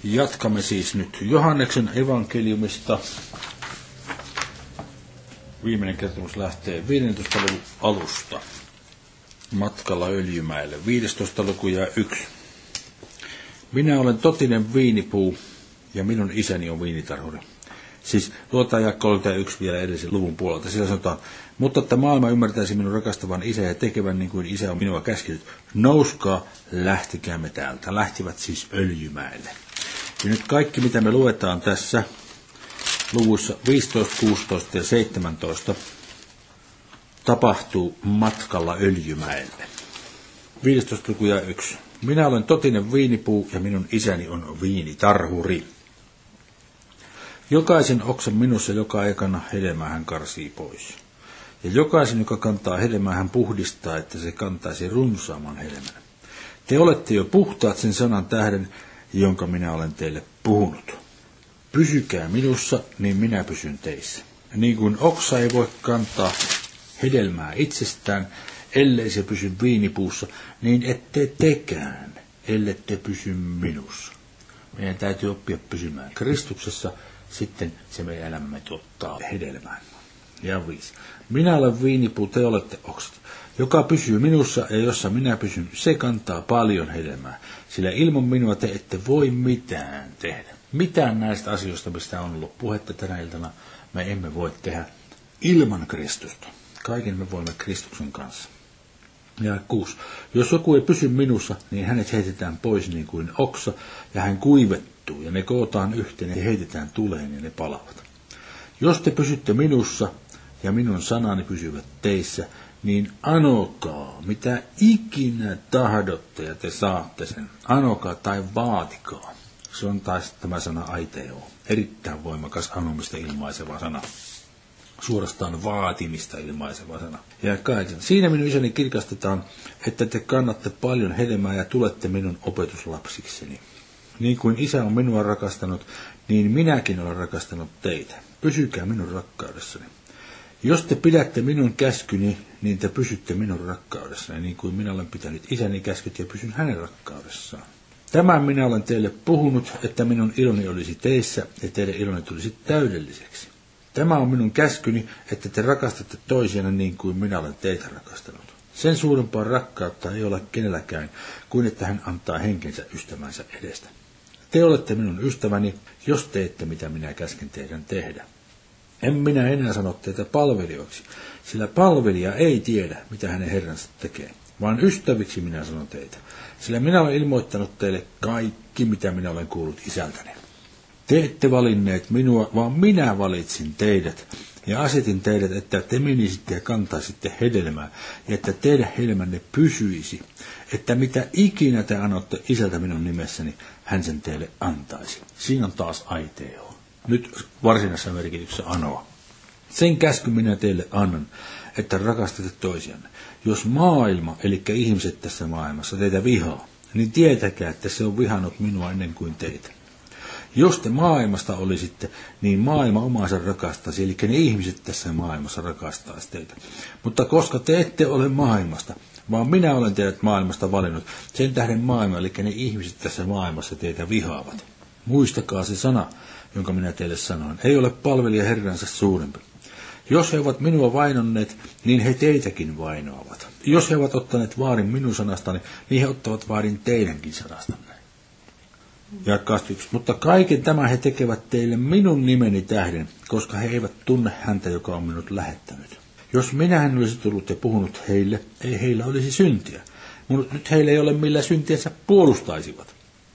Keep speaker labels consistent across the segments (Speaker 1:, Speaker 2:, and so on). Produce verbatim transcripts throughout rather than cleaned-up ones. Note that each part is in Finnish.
Speaker 1: Jatkamme siis nyt Johanneksen evankeliumista. Viimeinen kertomus lähtee viidentoista luvun alusta. Matkalla Öljymäelle. viidestoista luku ja yksi. Minä olen totinen viinipuu ja minun isäni on viinitarhuri. Siis tuota ja kolmekymmentäyksi vielä edellisen luvun puolelta. Siellä sanotaan, mutta että maailma ymmärtäisi minun rakastavan isä ja tekevän niin kuin isä on minua käskenyt. Nouskaa, lähtikäämme täältä. Lähtivät siis Öljymäelle. Ja nyt kaikki, mitä me luetaan tässä luvuissa viisitoista, kuusitoista ja seitsemäntoista, tapahtuu matkalla Öljymäelle. viidestoista luku ja yksi. Minä olen totinen viinipuu ja minun isäni on viinitarhuri. Jokaisen oksan minussa, joka ei kanna hedelmää, hän karsii pois. Ja jokaisen, joka kantaa hedelmää, hän puhdistaa, että se kantaisi runsaamman hedelmän. Te olette jo puhtaat sen sanan tähden, jonka minä olen teille puhunut. Pysykää minussa, niin minä pysyn teissä. Niin kuin oksa ei voi kantaa hedelmää itsestään, ellei se pysy viinipuussa, niin ette tekään, ellette pysy minussa. Meidän täytyy oppia pysymään Kristuksessa, sitten se meidän elämämme tuottaa hedelmää. Ja viisi. Minä olen viinipuu, te olette oksat. Joka pysyy minussa ja jossa minä pysyn, se kantaa paljon hedelmää. Sillä ilman minua te ette voi mitään tehdä. Mitään näistä asioista, mistä on ollut puhetta tänä iltana, me emme voi tehdä ilman Kristusta. Kaiken me voimme Kristuksen kanssa. Ja kuusi. Jos joku ei pysy minussa, niin hänet heitetään pois niin kuin oksa, ja hän kuivettuu, ja ne kootaan yhteen, ja heitetään tuleen, ja ne palavat. Jos te pysytte minussa, ja minun sanani pysyvät teissä, niin anokaa, mitä ikinä tahdotte, ja te saatte sen. Anokaa tai vaatikaa. Se on taas tämä sana aiteo. Erittäin voimakas anomista ilmaiseva sana. Suorastaan vaatimista ilmaiseva sana. Ja kahdeksan. Siinä minun isäni kirkastetaan, että te kannatte paljon hedelmää ja tulette minun opetuslapsikseni. Niin kuin isä on minua rakastanut, niin minäkin olen rakastanut teitä. Pysykää minun rakkaudessani. Jos te pidätte minun käskyni, niin te pysytte minun rakkaudessani, niin kuin minä olen pitänyt isäni käskyt ja pysyn hänen rakkaudessaan. Tämän minä olen teille puhunut, että minun iloni olisi teissä ja teidän iloni tulisi täydelliseksi. Tämä on minun käskyni, että te rakastatte toisianne niin kuin minä olen teitä rakastanut. Sen suurempaa rakkautta ei ole kenelläkään, kuin että hän antaa henkensä ystävänsä edestä. Te olette minun ystäväni, jos teette mitä minä käsken teidän tehdä. En minä enää sano teitä palvelijoiksi, sillä palvelija ei tiedä, mitä hänen herransa tekee, vaan ystäviksi minä sanon teitä, sillä minä olen ilmoittanut teille kaikki, mitä minä olen kuullut isältäni. Te ette valinneet minua, vaan minä valitsin teidät ja asetin teidät, että te menisitte ja kantaisitte hedelmää ja että teidän hedelmänne pysyisi, että mitä ikinä te anotte isältä minun nimessäni, hän sen teille antaisi. Siinä on taas aiteo. Nyt varsinaisessa merkityksessä anoa. Sen käskyn minä teille annan, että rakastatte toisianne. Jos maailma, eli ihmiset tässä maailmassa, teitä vihaa, niin tietäkää, että se on vihannut minua ennen kuin teitä. Jos te maailmasta olisitte, niin maailma omaansa rakastaisi, eli ne ihmiset tässä maailmassa rakastaisi teitä. Mutta koska te ette ole maailmasta, vaan minä olen teidät maailmasta valinnut, sen tähden maailma, eli ne ihmiset tässä maailmassa teitä vihaavat. Muistakaa se sana, jonka minä teille sanoin. Ei ole palvelija herransa suurempi. Jos he ovat minua vainonneet, niin he teitäkin vainoavat. Jos he ovat ottaneet vaarin minun sanastani, niin he ottavat vaarin teidänkin sanastanne. Ja kaksikymmentäyksi. Mutta kaiken tämän he tekevät teille minun nimeni tähden, koska he eivät tunne häntä, joka on minut lähettänyt. Jos minähän olisi tullut ja puhunut heille, ei heillä olisi syntiä. Mutta nyt heillä ei ole millä syntiensä puolustaisivat.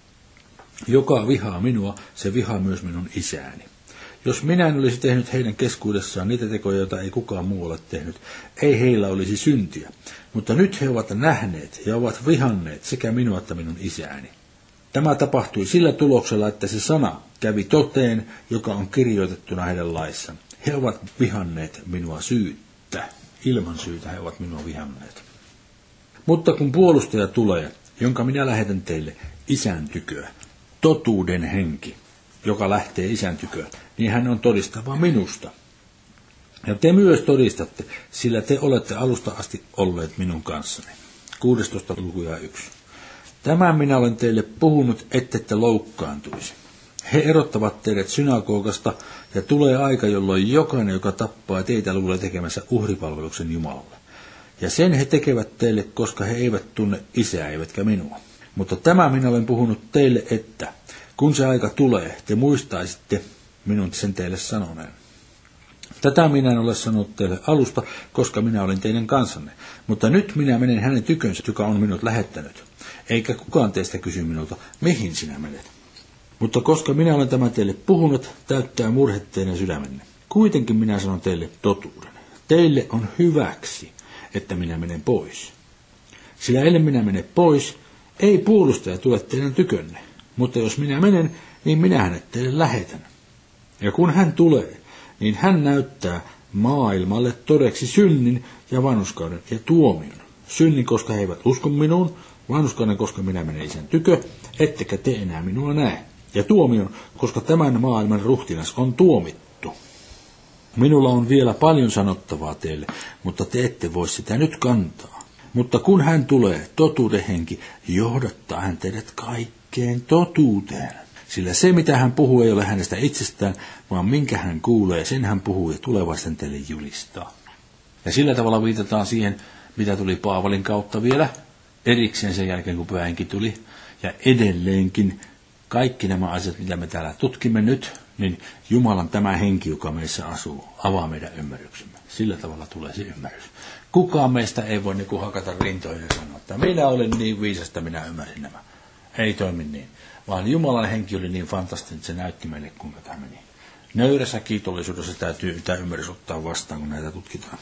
Speaker 1: Joka vihaa minua, se vihaa myös minun isääni. Jos minä en olisi tehnyt heidän keskuudessaan niitä tekoja, joita ei kukaan muu ole tehnyt, ei heillä olisi syntiä. Mutta nyt he ovat nähneet ja ovat vihanneet sekä minua että minun isääni. Tämä tapahtui sillä tuloksella, että se sana kävi toteen, joka on kirjoitettuna heidän laissaan. He ovat vihanneet minua syyttä. Ilman syytä he ovat minua vihanneet. Mutta kun puolustaja tulee, jonka minä lähetän teille isän tyköä, totuuden henki, joka lähtee isän tyköön, niin hän on todistava minusta. Ja te myös todistatte, sillä te olette alusta asti olleet minun kanssani. kuusitoista luku ja yksi. Tämän minä olen teille puhunut, ettette loukkaantuisi. He erottavat teidät synagogasta, ja tulee aika, jolloin jokainen, joka tappaa teitä, luulee tekemässä uhripalveluksen Jumalalle. Ja sen he tekevät teille, koska he eivät tunne Isää eivätkä minua. Mutta tämä minä olen puhunut teille, että kun se aika tulee, te muistaisitte minun sen teille sanoneen. Tätä minä en ole sanonut teille alusta, koska minä olin teidän kanssanne. Mutta nyt minä menen hänen tykönsä, joka on minut lähettänyt. Eikä kukaan teistä kysy minulta, mihin sinä menet. Mutta koska minä olen tämän teille puhunut, täyttää murhe teidän sydämenne. Kuitenkin minä sanon teille totuuden. Teille on hyväksi, että minä menen pois. Sillä ellen minä mene pois, ei puolustaja tule teidän tykönne. Mutta jos minä menen, niin minä hänet teille lähetän. Ja kun hän tulee, niin hän näyttää maailmalle todeksi synnin ja vanhurskauden ja tuomion. Synnin, koska he eivät usko minuun, vanhurskauden, koska minä menen Isän tykö, ettekä te enää minua näe. Ja tuomion, koska tämän maailman ruhtinas on tuomittu. Minulla on vielä paljon sanottavaa teille, mutta te ette voi sitä nyt kantaa. Mutta kun hän tulee, totuuden henki johdattaa hän teidät kaikkeen totuuteen. Sillä se, mitä hän puhuu, ei ole hänestä itsestään, vaan minkä hän kuulee, sen hän puhuu ja tulevaisen teille julistaa. Ja sillä tavalla viitataan siihen, mitä tuli Paavalin kautta vielä erikseen sen jälkeen, kun Pyhä Henki tuli. Ja edelleenkin kaikki nämä asiat, mitä me täällä tutkimme nyt, niin Jumalan tämä henki, joka meissä asuu, avaa meidän ymmärryksemme. Sillä tavalla tulee se ymmärrys. Kukaan meistä ei voi niin kuin hakata rintoihin ja sanoa, että minä olen niin viisasta, minä ymmärsin nämä. Ei toimi niin. Vaan Jumalan henki oli niin fantastinen, että se näytti meille, kuinka tämä meni. Nöyrässä kiitollisuudessa täytyy tämä ymmärrys ottaa vastaan, kun näitä tutkitaan.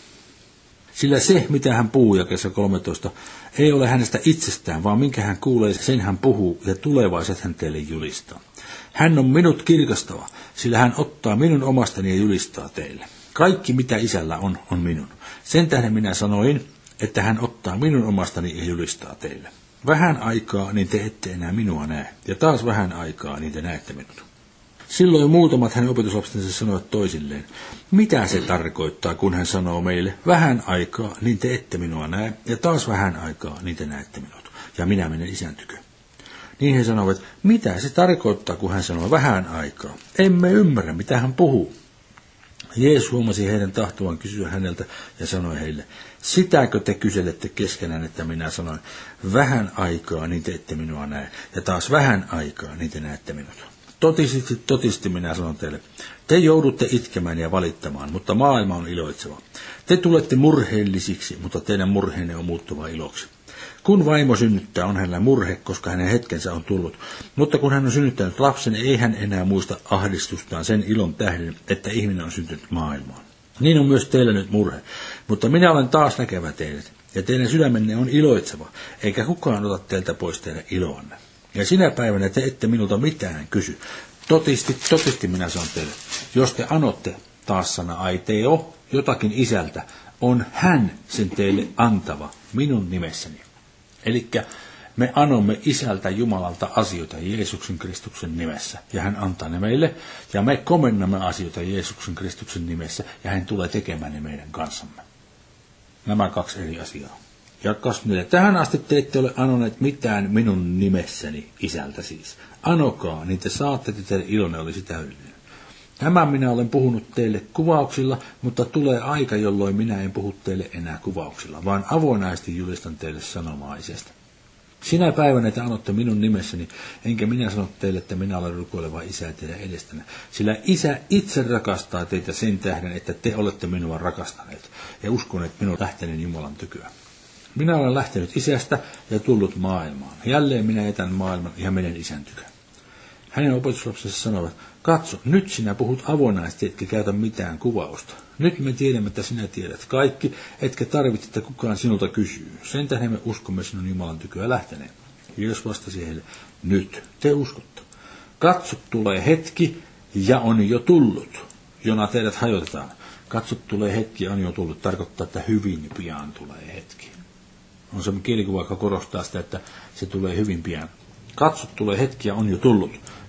Speaker 1: Sillä se, mitä hän puhuu jakeessa kolmetoista, ei ole hänestä itsestään, vaan minkä hän kuulee, sen hän puhuu ja tulevaiset hän teille julistaa. Hän on minut kirkastava, sillä hän ottaa minun omastani ja julistaa teille. Kaikki, mitä Isällä on, on minun. Sen tähden minä sanoin, että hän ottaa minun omastani ja julistaa teille. Vähän aikaa, niin te ette enää minua näe, ja taas vähän aikaa, niin te näette minut. Silloin muutamat hänen opetuslapsensa sanoivat toisilleen, mitä se tarkoittaa, kun hän sanoo meille, vähän aikaa, niin te ette minua näe, ja taas vähän aikaa, niin te näette minut, ja minä menen Isän tykö. Niin he sanovat, mitä se tarkoittaa, kun hän sanoo vähän aikaa. Emme ymmärrä, mitä hän puhuu. Jeesus huomasi heidän tahtovan kysyä häneltä ja sanoi heille, sitäkö te kyselette keskenään, että minä sanoin, vähän aikaa, niin te ette minua näe, ja taas vähän aikaa, niin te näette minut. Totisesti, totisesti minä sanon teille, te joudutte itkemään ja valittamaan, mutta maailma on iloitseva. Te tulette murheellisiksi, mutta teidän murheenne on muuttuva iloksi. Kun vaimo synnyttää, on hänellä murhe, koska hänen hetkensä on tullut. Mutta kun hän on synnyttänyt lapsen, ei hän enää muista ahdistustaan sen ilon tähden, että ihminen on syntynyt maailmaan. Niin on myös teillä nyt murhe. Mutta minä olen taas näkevä teidät, ja teidän sydämenne on iloitseva, eikä kukaan ota teiltä pois teidän iloanne. Ja sinä päivänä te ette minulta mitään kysy. Totisti, totisti minä sanon teille, jos te anotte, taas sana aiteo, jotakin Isältä, on hän sen teille antava minun nimessäni. Elikkä me anomme Isältä Jumalalta asioita Jeesuksen Kristuksen nimessä, ja hän antaa ne meille, ja me komennamme asioita Jeesuksen Kristuksen nimessä, ja hän tulee tekemään ne meidän kanssamme. Nämä kaksi eri asiaa. Ja kaksikymmentä. Tähän asti te ette ole anoneet mitään minun nimessäni, Isältä siis. Anokaa, niin te saatte, että teidän ilonne olisi täydellinen. Tämän minä olen puhunut teille kuvauksilla, mutta tulee aika, jolloin minä en puhu teille enää kuvauksilla, vaan avoinaisesti julistan teille sanomaa Isästä. Sinä päivänä te anotte minun nimessäni, enkä minä sano teille, että minä olen rukoileva Isä teidän edestänne. Sillä Isä itse rakastaa teitä sen tähden, että te olette minua rakastaneet ja uskoneet minun lähteneen Jumalan tyköä. Minä olen lähtenyt Isästä ja tullut maailmaan. Jälleen minä etän maailman ja menen Isän tykö. Hänen opetuslapsensa sanovat, katso, nyt sinä puhut avoinaisesti, etkä käytä mitään kuvausta. Nyt me tiedämme, että sinä tiedät kaikki, etkä tarvitse, että kukaan sinulta kysyy. Sen tähden me uskomme sinun Jumalan tyköä lähteneen. Jeesus vastasi heille, nyt te uskotte. Katso, tulee hetki ja on jo tullut, jona teidät hajotetaan. Katso, tulee hetki ja on jo tullut. Tarkoittaa, että hyvin pian tulee hetki. On se kielikuva, joka korostaa sitä, että se tulee hyvin pian. Katso, tulee hetki ja on jo tullut,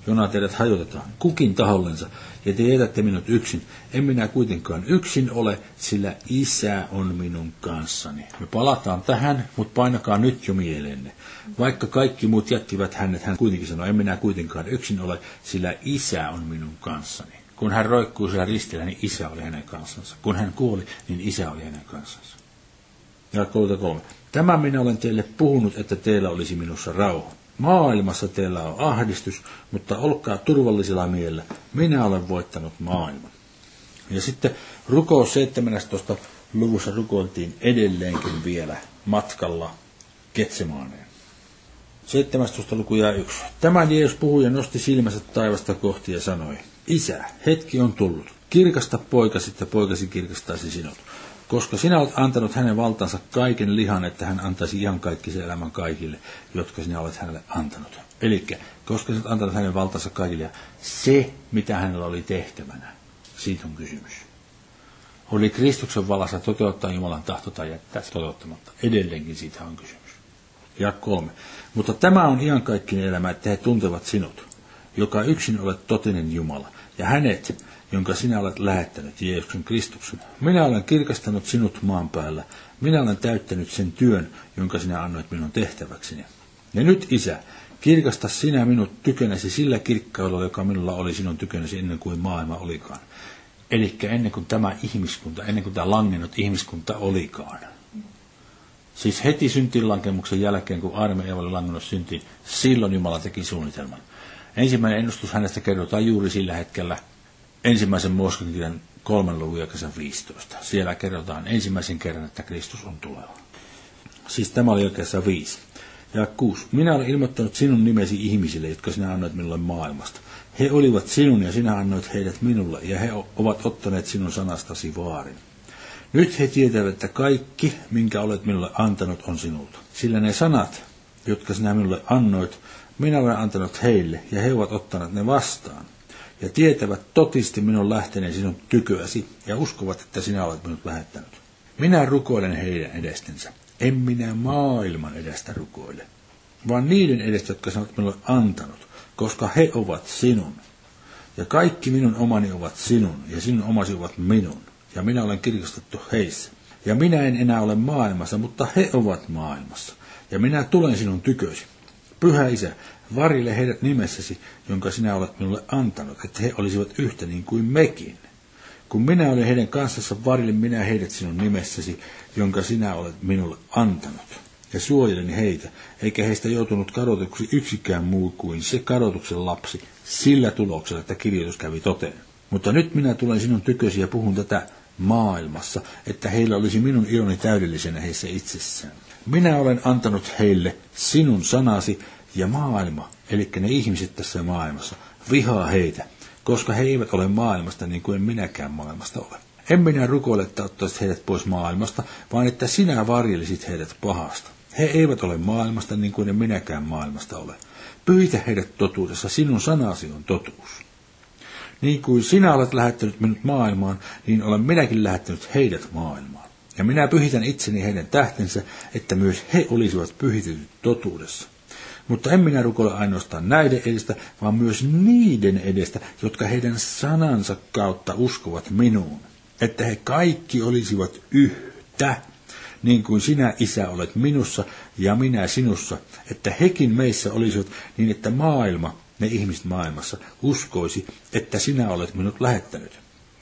Speaker 1: jona teidät hajotetaan, kukin tahollensa, ja te jätätte minut yksin. En minä kuitenkaan yksin ole, sillä Isä on minun kanssani. Me palataan tähän, mutta painakaa nyt jo mielenne. Vaikka kaikki muut jättivät hänet, hän kuitenkin sanoi, en minä kuitenkaan yksin ole, sillä Isä on minun kanssani. Kun hän roikkuu siellä ristillä, niin Isä oli hänen kanssansa. Kun hän kuoli, niin Isä oli hänen kanssansa. Ja kolme. Tämä minä olen teille puhunut, että teillä olisi minussa rauha. Maailmassa teillä on ahdistus, mutta olkaa turvallisella mielellä. Minä olen voittanut maailman. Ja sitten rukous seitsemästoista luvussa rukoiltiin edelleenkin vielä matkalla Getsemaneen. seitsemästoista luku ja yksi. Tämän Jeesus puhui ja nosti silmänsä taivasta kohti ja sanoi, Isä, hetki on tullut. Kirkasta poikasi, että poikasi kirkastaisi sinut. Koska sinä olet antanut hänen valtansa kaiken lihan, että hän antaisi ihan kaikkisen elämän kaikille, jotka sinä olet hänelle antanut. Eli koska sinä olet antanut hänen valtansa kaikille, se, mitä hänellä oli tehtävänä, siitä on kysymys. Oli Kristuksen vallassa toteuttaa Jumalan tahto tai jättää toteuttamatta. Edelleenkin siitä on kysymys. Ja kolme. Mutta tämä on iankaikkinen elämä, että he tuntevat sinut, joka yksin olet totinen Jumala, ja hänet, jonka sinä olet lähettänyt, Jeesuksen Kristuksen. Minä olen kirkastanut sinut maan päällä. Minä olen täyttänyt sen työn, jonka sinä annoit minun tehtäväkseni. Ja nyt, Isä, kirkasta sinä minut tykönäsi sillä kirkkaudella, joka minulla oli sinun tykönäsi ennen kuin maailma olikaan. Eli ennen kuin tämä ihmiskunta, ennen kuin tämä langennut ihmiskunta olikaan. Siis heti syntiinlankemuksen jälkeen, kun Aadam ja Eeva oli langennut syntiin, silloin Jumala teki suunnitelman. Ensimmäinen ennustus hänestä kerrotaan juuri sillä hetkellä, ensimmäisen Mooseksen kirjan kolmen luvun jakessa viisitoista. Siellä kerrotaan ensimmäisen kerran, että Kristus on tuleva. Siis tämä oli jakessa viisi. Ja kuusi. Minä olen ilmoittanut sinun nimesi ihmisille, jotka sinä annoit minulle maailmasta. He olivat sinun ja sinä annoit heidät minulle, ja he ovat ottaneet sinun sanastasi vaarin. Nyt he tietävät, että kaikki, minkä olet minulle antanut, on sinulta. Sillä ne sanat, jotka sinä minulle annoit, minä olen antanut heille, ja he ovat ottaneet ne vastaan. Ja tietävät totisesti minun lähteneen sinun tyköäsi, ja uskovat, että sinä olet minut lähettänyt. Minä rukoilen heidän edestensä. En minä maailman edestä rukoile, vaan niiden edestä, jotka sinä olet minulle antanut, koska he ovat sinun. Ja kaikki minun omani ovat sinun, ja sinun omasi ovat minun. Ja minä olen kirkastettu heissä. Ja minä en enää ole maailmassa, mutta he ovat maailmassa. Ja minä tulen sinun tykösi. Pyhä Isä, varille heidät nimessäsi, jonka sinä olet minulle antanut, että he olisivat yhtä niin kuin mekin. Kun minä olen heidän kanssassa, varille minä heidät sinun nimessäsi, jonka sinä olet minulle antanut. Ja suojelin heitä, eikä heistä joutunut kadotuksi yksikään muu kuin se kadotuksen lapsi, sillä tuloksella, että kirjoitus kävi toteen. Mutta nyt minä tulen sinun tykösi ja puhun tätä maailmassa, että heillä olisi minun iloni täydellisenä heissä itsessään. Minä olen antanut heille sinun sanasi, ja maailma, eli ne ihmiset tässä maailmassa, vihaa heitä, koska he eivät ole maailmasta niin kuin minäkään maailmasta ole. En minä rukoile, että ottaisit heidät pois maailmasta, vaan että sinä varjelisit heidät pahasta. He eivät ole maailmasta niin kuin minäkään maailmasta ole. Pyhitä heidät totuudessa, sinun sanasi on totuus. Niin kuin sinä olet lähettänyt minut maailmaan, niin olen minäkin lähettänyt heidät maailmaan. Ja minä pyhitän itseni heidän tähtensä, että myös he olisivat pyhitetyt totuudessa. Mutta en minä rukoile ainoastaan näiden edestä, vaan myös niiden edestä, jotka heidän sanansa kautta uskovat minuun. Että he kaikki olisivat yhtä, niin kuin sinä, Isä, olet minussa ja minä sinussa. Että hekin meissä olisivat niin, että maailma, ne ihmiset maailmassa, uskoisi, että sinä olet minut lähettänyt.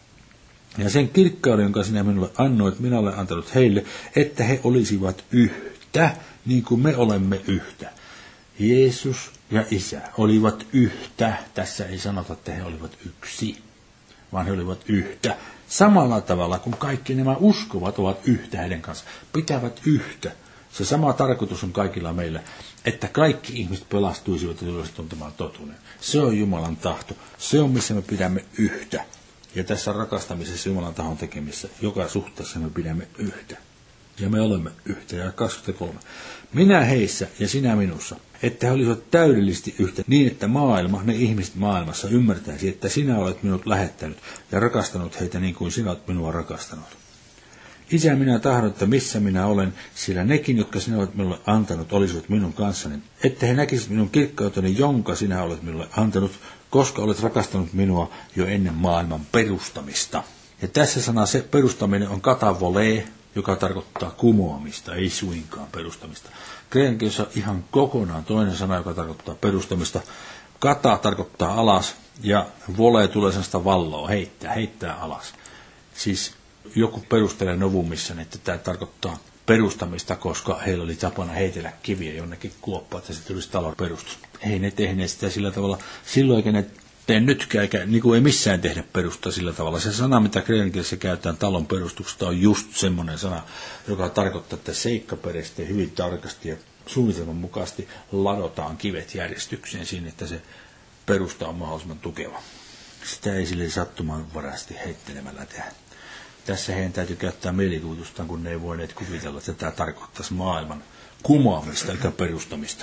Speaker 1: Ja sen kirkkauden, jonka sinä minulle annoit, minä olen antanut heille, että he olisivat yhtä, niin kuin me olemme yhtä. Jeesus ja Isä olivat yhtä. Tässä ei sanota, että he olivat yksi, vaan he olivat yhtä. Samalla tavalla kuin kaikki nämä uskovat ovat yhtä heidän kanssa. Pitävät yhtä. Se sama tarkoitus on kaikilla meillä, että kaikki ihmiset pelastuisivat ja tulisivat tuntemaan totuuden. Se on Jumalan tahto. Se on, missä me pidämme yhtä. Ja tässä rakastamisessa Jumalan tahon tekemissä, joka suhteessa me pidämme yhtä. Ja me olemme yhtä. Ja kaksikymmentäkolme. Minä heissä ja sinä minussa, että he olisivat täydellisesti yhtä niin, että maailma, ne ihmiset maailmassa ymmärtäisi, että sinä olet minut lähettänyt ja rakastanut heitä niin kuin sinä olet minua rakastanut. Isä, minä tahdon, että missä minä olen, sillä nekin, jotka sinä olet minulle antanut, olisivat minun kanssani, että he näkisivät minun kirkkauteni, jonka sinä olet minulle antanut, koska olet rakastanut minua jo ennen maailman perustamista. Ja tässä sana se perustaminen on katavolee, joka tarkoittaa kumoamista, ei suinkaan perustamista. Kreikan on ihan kokonaan toinen sana, joka tarkoittaa perustamista. Kata tarkoittaa alas ja vole tulee sellaista valloa, heittää, heittää alas. Siis joku perustelee novumissa, että tämä tarkoittaa perustamista, koska heillä oli tapana heitellä kiviä jonnekin kuoppaan, että se tulisi talon perustus. Ei ne tehneet sitä sillä tavalla silloin, eikä ne tee nytkään, eikä niin kuin ei missään tehdä perusta sillä tavalla. Se sana, mitä kreikan kielessä käytetään talon perustuksesta, on just semmoinen sana, joka tarkoittaa, että seikkaperäisesti hyvin tarkasti ja suunnitelman mukaisesti ladotaan kivet järjestykseen siinä, että se perusta on mahdollisimman tukeva. Sitä ei sille sattumanvaraisesti heittelemällä tehdä. Tässä heidän täytyy käyttää mielikuvitustaan, kun ne ei voineet kuvitella, että tämä tarkoittaisi maailman kumoamista eikä perustamista.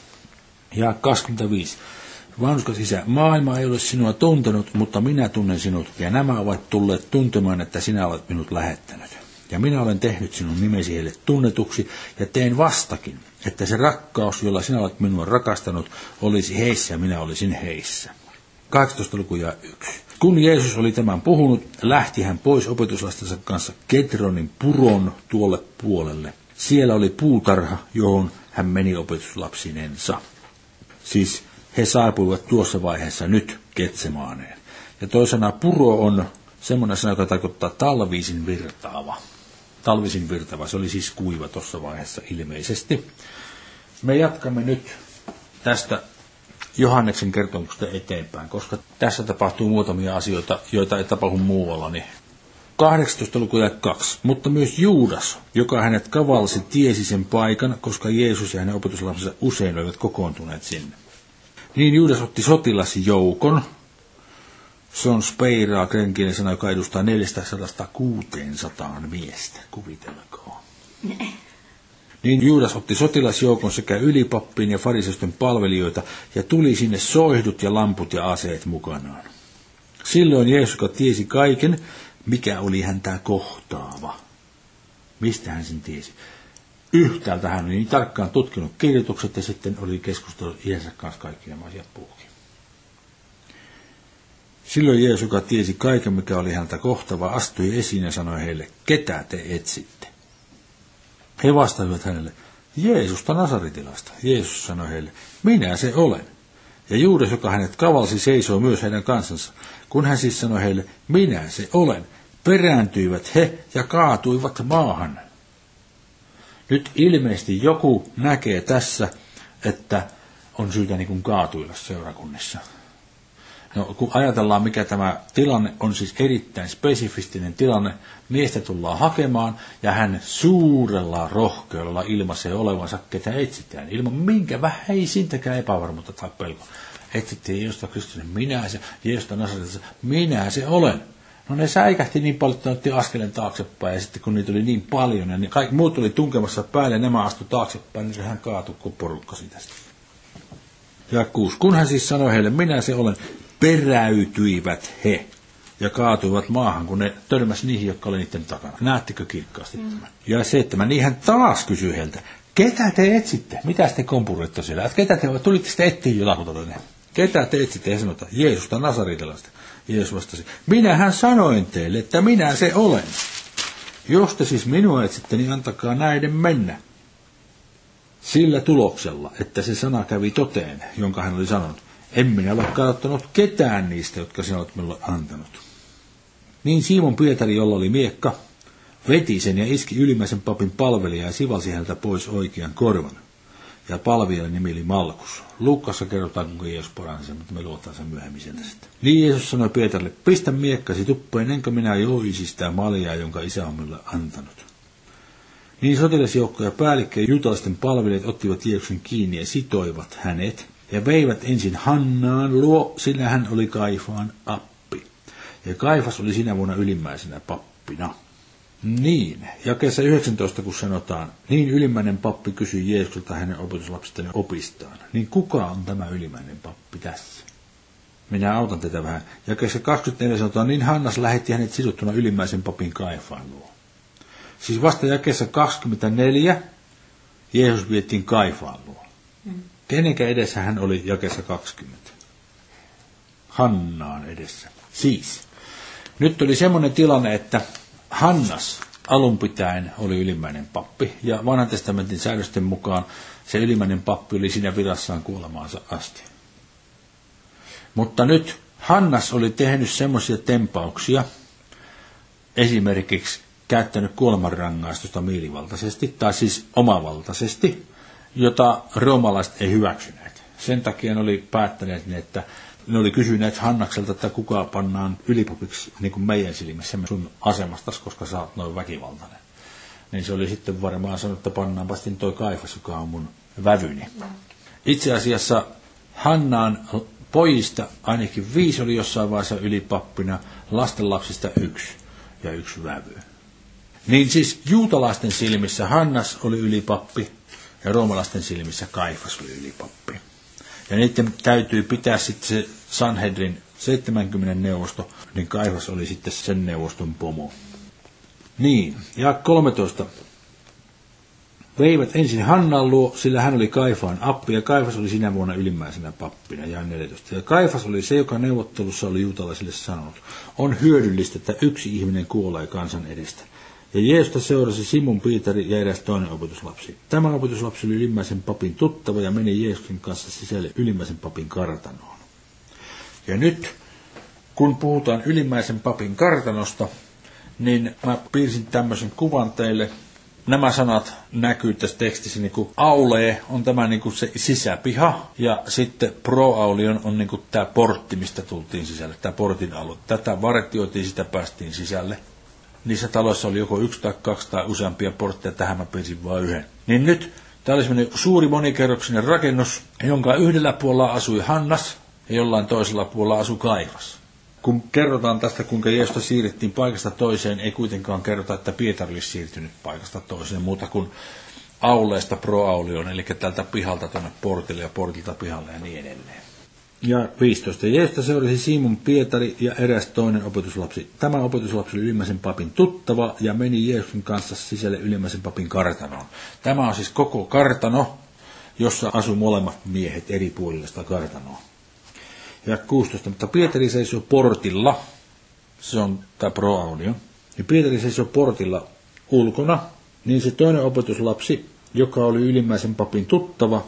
Speaker 1: Ja kaksikymmentäviisi. Vanhuskas isä, maailma ei ole sinua tuntenut, mutta minä tunnen sinut, ja nämä ovat tulleet tuntemaan, että sinä olet minut lähettänyt. Ja minä olen tehnyt sinun nimesi heille tunnetuksi, ja teen vastakin, että se rakkaus, jolla sinä olet minua rakastanut, olisi heissä ja minä olisin heissä. kahdeksantoista luku ja yksi. Kun Jeesus oli tämän puhunut, lähti hän pois opetuslastensa kanssa Kedronin puron tuolle puolelle. Siellä oli puutarha, johon hän meni opetuslapsinensa. Siis he saapuivat tuossa vaiheessa nyt Getsemaaneen. Ja toisena puro on semmoinen sana, joka tarkoittaa talvisin virtaava. Talvisin virtaava, se oli siis kuiva tuossa vaiheessa ilmeisesti. Me jatkamme nyt tästä Johanneksen kertomuksesta eteenpäin, koska tässä tapahtuu muutamia asioita, joita ei tapahdu muualla. Niin kahdeksantoista luku ja kaksi. Mutta myös Juudas, joka hänet kavalsi, tiesi sen paikan, koska Jeesus ja hänen opetuslapsensa usein olivat kokoontuneet sinne. Niin Juudas otti sotilasjoukon. Se on speiraa kreikan sana, joka edustaa neljästäsadasta kuuteensataan miestä. Kuvitellakoon. Niin Juudas otti sotilasjoukon sekä ylipappien ja fariseusten palvelijoita ja tuli sinne soihdut ja lamput ja aseet mukanaan. Silloin Jeesus, joka tiesi kaiken, mikä oli häntä kohtaava. Mistä hän sen tiesi? Yhtäältä hän oli niin tarkkaan tutkinut kirjoitukset ja sitten oli keskustellut iänsä kanssa kaikki nämä asiat puhukin. Silloin Jeesus, joka tiesi kaiken, mikä oli häntä kohtaava, astui esiin ja sanoi heille, ketä te etsitte? He vastasivat hänelle, Jeesusta Nasaretilasta. Jeesus sanoi heille, minä se olen. Ja Juudas, joka hänet kavalsi, seisoi myös heidän kansansa. Kun hän siis sanoi heille, minä se olen, perääntyivät he ja kaatuivat maahan. Nyt ilmeisesti joku näkee tässä, että on syytä niin kuin kaatuilla seurakunnissa. No, kun ajatellaan, mikä tämä tilanne on, siis erittäin spesifistinen tilanne, miestä tullaan hakemaan, ja hän suurella rohkeudella ilmaisee olevansa, ketä etsitään, ilman minkä vähäisintäkään epävarmuutta tai pelkoa. Etsittiin Jeesusta Kristuksen, minä se, Jeesusta Nasaretissa, minä se olen. No ne säikähti niin paljon, että ne otti askeleen taaksepäin, ja sitten kun niitä oli niin paljon, ja niin kaikki muut oli tunkemassa päälle, ja nämä astui taaksepäin, niin hän kaatui kuin porukka siitä. Ja kuusi. Kun hän siis sanoi heille, minä se olen, peräytyivät he ja kaatuivat maahan, kun ne törmäsi niihin, jotka oli niiden takana. Näettekö kirkkaasti mm. tämän? Ja seitsemän, niin hän taas kysyi heiltä, ketä te etsitte? Mitä te kompuroitte siellä? Et ketä te tulitte sitten etsiä jotakuta? Ketä te etsitte? Ja sanotaan, Jeesusta Nasaretilasta. Jeesus vastasi, minähän sanoin teille, että minä se olen. Jos te siis minua etsitte, niin antakaa näiden mennä. Sillä tuloksella, että se sana kävi toteen, jonka hän oli sanonut. En minä ole katsonut ketään niistä, jotka sinä olet minulle antanut. Niin Simon Pietari, jolla oli miekka, veti sen ja iski ylimmäisen papin palvelija ja sivalsi häneltä pois oikean korvan. Ja palvelijan nimi oli Malkus. Luukassa kerrotaan, kuinka Jeesus paransi sen, mutta me luotaan sen myöhemmin sieltä sitten. Niin Jeesus sanoi Pietarille, pistä miekkasi tuppeen, enkä minä joisi sitä maljaa, jonka isä on minulle antanut. Niin sotilasjoukko ja päällikkö ja juutalaisten palvelijat ottivat Jeesuksen kiinni ja sitoivat hänet. Ja veivät ensin Hannaan luo, sillä hän oli Kaifaan appi. Ja Kaifas oli sinä vuonna ylimmäisenä pappina. Niin, jakeessa yhdeksäntoista, kun sanotaan, niin ylimmäinen pappi kysyi Jeesukselta hänen opetuslapsistaan ja opistaan. Niin kuka on tämä ylimmäinen pappi tässä? Minä autan tätä vähän. Jakeessa kaksikymmentäneljä sanotaan, niin Hannas lähetti hänet sidottuna ylimmäisen papin Kaifaan luo. Siis vasta jakeessa kaksikymmentäneljä Jeesus vietiin Kaifaan luo. Mm. Kenenkä edessä hän oli jakeessa kaksikymmentä? Hannaan edessä. Siis, nyt oli semmoinen tilanne, että Hannas alun pitäen oli ylimmäinen pappi, ja vanhan testamentin säädösten mukaan se ylimmäinen pappi oli siinä virassaan kuolemaansa asti. Mutta nyt Hannas oli tehnyt semmoisia tempauksia, esimerkiksi käyttänyt kuolemanrangaistusta mielivaltaisesti, tai siis omavaltaisesti, jota roomalaiset ei hyväksyneet. Sen takia ne oli päättäneet, että ne oli kysyneet Hannakselta, että kuka pannaan ylipapiksi niin kuin meidän silmissä sun asemastasi, koska sä oot noin väkivaltainen. Niin se oli sitten varmaan sanonut, että pannaan pastin toi Kaifas, joka on mun vävyni. Itse asiassa Hannaan pojista ainakin viisi oli jossain vaiheessa ylipappina, lastenlapsista yksi ja yksi vävy. Niin siis juutalaisten silmissä Hannas oli ylipappi ja roomalaisten silmissä Kaifas oli ylipappi. Ja niiden täytyy pitää sitten se Sanhedrin seitsemänkymmenen neuvosto, niin Kaifas oli sitten sen neuvoston pomo. Niin, ja kolmetoista. Veivät ensin Hannan luo, sillä hän oli Kaifaan appi, ja Kaifas oli sinä vuonna ylimmäisenä pappina, ja neljätoista. Ja Kaifas oli se, joka neuvottelussa oli juutalaisille sanonut, on hyödyllistä, että yksi ihminen kuolee kansan edestä. Ja Jeesusta seurasi Simon Pietari ja eräs toinen opetuslapsi. Tämä opetuslapsi oli ylimmäisen papin tuttava ja meni Jeesuksen kanssa sisälle ylimmäisen papin kartanoon. Ja nyt, kun puhutaan ylimmäisen papin kartanosta, niin mä piirsin tämmöisen kuvan teille. Nämä sanat näkyy tässä tekstissä, niin kuin aulee on tämä niin kuin se sisäpiha, ja sitten proaulion on niin kuin tämä portti, mistä tultiin sisälle, tämä portin alue. Tätä vartioitiin, sitä päästiin sisälle. Niissä taloissa oli joko yksi tai kaksi tai useampia portteja, tähän mä piirsin vain yhden. Niin nyt tämä oli semmoinen suuri monikerroksinen rakennus, jonka yhdellä puolella asui Hannas ja jollain toisella puolella asui Kaifas. Kun kerrotaan tästä, kuinka Jeesusta siirrettiin paikasta toiseen, ei kuitenkaan kerrota, että Pietari olisi siirtynyt paikasta toiseen muuta kuin auleesta proaulioon, eli tältä pihalta tuonne portille ja portilta pihalle ja niin edelleen. Ja viisitoista. Jeesusta seurasi Simon Pietari ja eräs toinen opetuslapsi. Tämä opetuslapsi oli ylimmäisen papin tuttava ja meni Jeesuksen kanssa sisälle ylimmäisen papin kartanoon. Tämä on siis koko kartano, jossa asui molemmat miehet eri puolilla sitä kartanoa. Ja kuusitoista. Mutta Pietari seisoi portilla, se on tämä proaulio, ja Pietari seisoi portilla ulkona, niin se toinen opetuslapsi, joka oli ylimmäisen papin tuttava,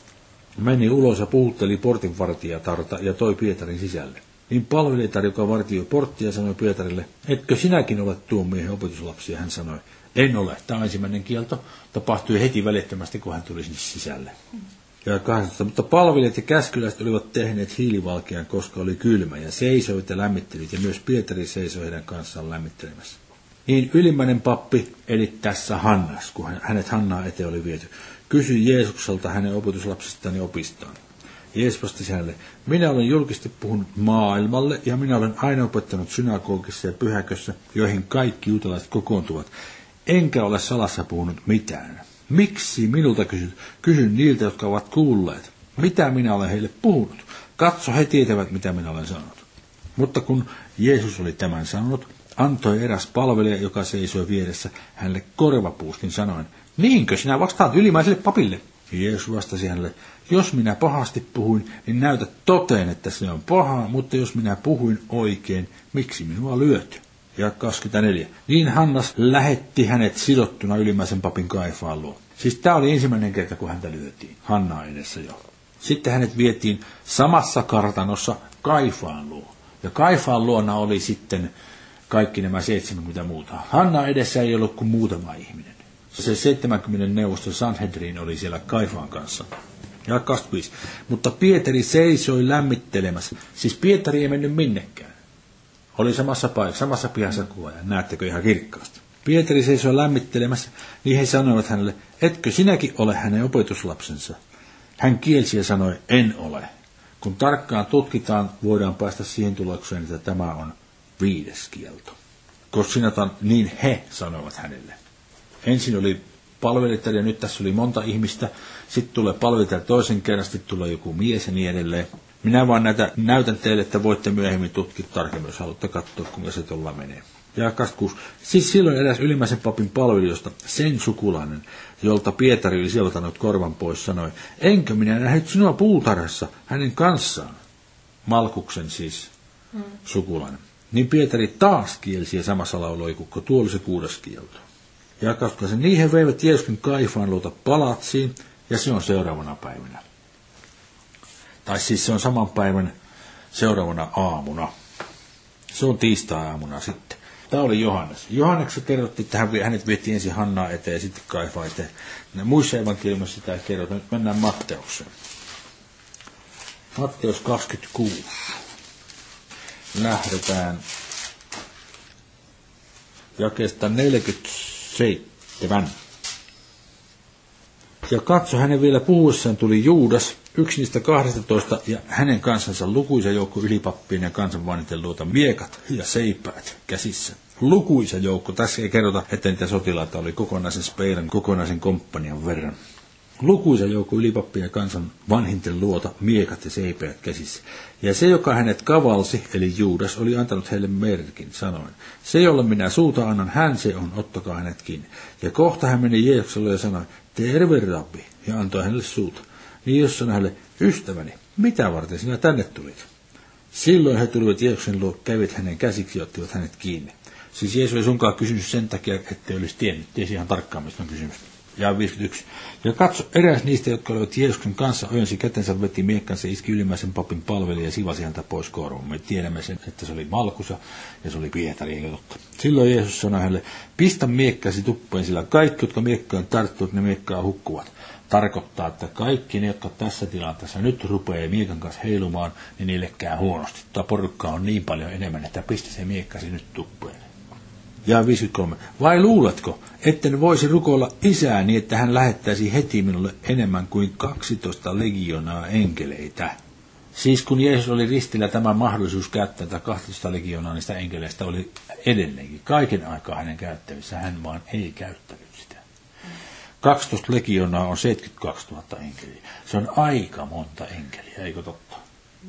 Speaker 1: meni ulos ja puhutteli portinvartijatarta ja toi Pietarin sisälle. Niin palvelijatar, joka vartioi porttia, sanoi Pietarille, etkö sinäkin ole tuon miehen opetuslapsi? Ja hän sanoi, en ole. Tämä ensimmäinen kielto tapahtui heti välittömästi, kun hän tuli sinne sisälle. Ja kahdeksantoista. Mutta palvelijat ja käskyläiset olivat tehneet hiilivalkean, koska oli kylmä, ja seisoivat ja lämmittelivät, ja myös Pietari seisoi heidän kanssaan lämmittelemässä. Niin ylimmäinen pappi, eli tässä Hannas, kun hänet Hannaa eteen oli viety, kysyi Jeesukselta hänen opetuslapsistaan ja opistaan. Jeesus vastasi hänelle, minä olen julkisesti puhunut maailmalle, ja minä olen aina opettanut synagogissa ja pyhäkössä, joihin kaikki juutalaiset kokoontuvat, enkä ole salassa puhunut mitään. Miksi minulta kysyt? Kysyn niiltä, jotka ovat kuulleet. Mitä minä olen heille puhunut? Katso, he tietävät, mitä minä olen sanonut. Mutta kun Jeesus oli tämän sanonut, antoi eräs palvelija, joka seisoi vieressä, hänelle korvapuustin sanoen, niinkö sinä vastaat ylimmäiselle papille? Ja Jeesus vastasi hänelle, jos minä pahasti puhuin, niin näytä toteen, että se on pahaa, mutta jos minä puhuin oikein, miksi minua lyöt? Ja kaksikymmentäneljä. Niin Hannas lähetti hänet sidottuna ylimmäisen papin Kaifaan luo. Siis tämä oli ensimmäinen kerta, kun häntä lyötiin. Hannaa edessä jo. Sitten hänet vietiin samassa kartanossa Kaifaan luo. Ja Kaifaan luona oli sitten kaikki nämä seitsemänkymmentä muuta. Hanna edessä ei ollut kuin muutama ihminen. Se seitsemänkymmenen neuvoston Sanhedrin oli siellä Kaifaan kanssa. Ja kaksikymmentäviisi. Mutta Pietari seisoi lämmittelemässä. Siis Pietari ei mennyt minnekään. Oli samassa paikassa, samassa pihassa kuin ajan. Näettekö ihan kirkkaasti? Pietari seisoi lämmittelemässä, niin he sanoivat hänelle, etkö sinäkin ole hänen opetuslapsensa? Hän kielsi ja sanoi, en ole. Kun tarkkaan tutkitaan, voidaan päästä siihen tulokseen, että tämä on viides kielto. Koska sanotaan, niin he sanoivat hänelle. Ensin oli palvelijat ja nyt tässä oli monta ihmistä. Sitten tulee palvelijat toisen kerran, sitten tulee joku mies ja niin edelleen. Minä vaan näitä näytän teille, että voitte myöhemmin tutkia tarkemmin, jos haluatte katsoa, kuinka se tuolla menee. Ja kaksikymmentäkuusi. Siis silloin eräs ylimmäisen papin palvelijoista, sen sukulainen, jolta Pietari oli sieltänyt korvan pois, sanoi, enkö minä nähnyt sinua puutarhassa hänen kanssaan? Malkuksen siis hmm. sukulainen. Niin Pietari taas kielsi ja samassa lauloi kukko, tuo oli se kuudes kielto. Ja kaksikymmentäkahdeksan. Niin he veivät Jeesuksen Kaifaan luota palatsiin, ja se on seuraavana päivänä. Tai siis se on saman päivän seuraavana aamuna. Se on tiistai-aamuna sitten. Tämä oli Johannes. Johanneksessa kerrottiin, että hän, hänet vietiin ensin Hannaa eteen ja sitten Kaifaa eteen. Muissa evankeliumissa sitä ei kerrota. Nyt mennään Matteukseen. Matteus kaksikymmentäkuusi. Lähdetään jakeesta neljäkymmentäseitsemän. Ja katso, hänen vielä puhuessaan tuli Juudas, yksi niistä kahdestatoista, ja hänen kansansa lukuisa joukko ylipappien ja kansanvanhiten luota miekat ja seipäät käsissä. Lukuisa joukko. Tässä ei kerrota, että niitä sotilaita oli kokonaisen speiran, kokonaisen komppanian verran. Lukuisa joukko ylipappien ja kansan vanhinten luota miekat ja seipäät käsissä. Ja se, joka hänet kavalsi, eli Juudas, oli antanut heille merkin, sanoen, se, jolle minä suuta annan, hän se on, ottakaa hänet kiinni. Ja kohta hän meni Jeesukselle ja sanoi, terve rabbi, ja antoi hänelle suuta. Niin Jeesus sanoi hänelle, ystäväni, mitä varten sinä tänne tulit? Silloin he tulivat Jeesuksen luo, kävivät hänen käsiksi ja ottivat hänet kiinni. Siis Jeesus ei sunkaan kysynyt sen takia, ettei olisi tiennyt, tiesi ihan tarkkaan, mistä on kysymys. Ja viisikymmentäyksi. Ja katso, eräs niistä, jotka olivat Jeesuksen kanssa, ojensi kätensä, veti miekkansa, iski ylimmäisen papin palveli ja sivasi häntä pois korvan. Me tiedämme sen, että se oli Malkus ja se oli Pietari, eikä totta. Silloin Jeesus sanoi hänelle, pistä miekkasi tuppeen, sillä kaikki, jotka miekkaan tarttuvat, ne miekkaa hukkuvat. Tarkoittaa, että kaikki ne, jotka tässä tilanteessa nyt rupeaa miekan kanssa heilumaan, niin niille käy huonosti. Tämä porukka on niin paljon enemmän, että pistä se miekkasi nyt tuppeen. Ja viisikymmentäkolme. Vai luuletko, etten voisi rukoilla Isää niin, että hän lähettäisi heti minulle enemmän kuin kaksitoista legionaa enkeleitä? Siis kun Jeesus oli ristillä, tämä mahdollisuus käyttää tätä kaksitoista legionaa niistä enkeleistä oli edelleenkin. Kaiken aikaa hänen käyttävissä, hän vaan ei käyttänyt sitä. kaksitoista legionaa on seitsemänkymmentäkaksituhatta enkeliä. Se on aika monta enkeliä, eikö totta?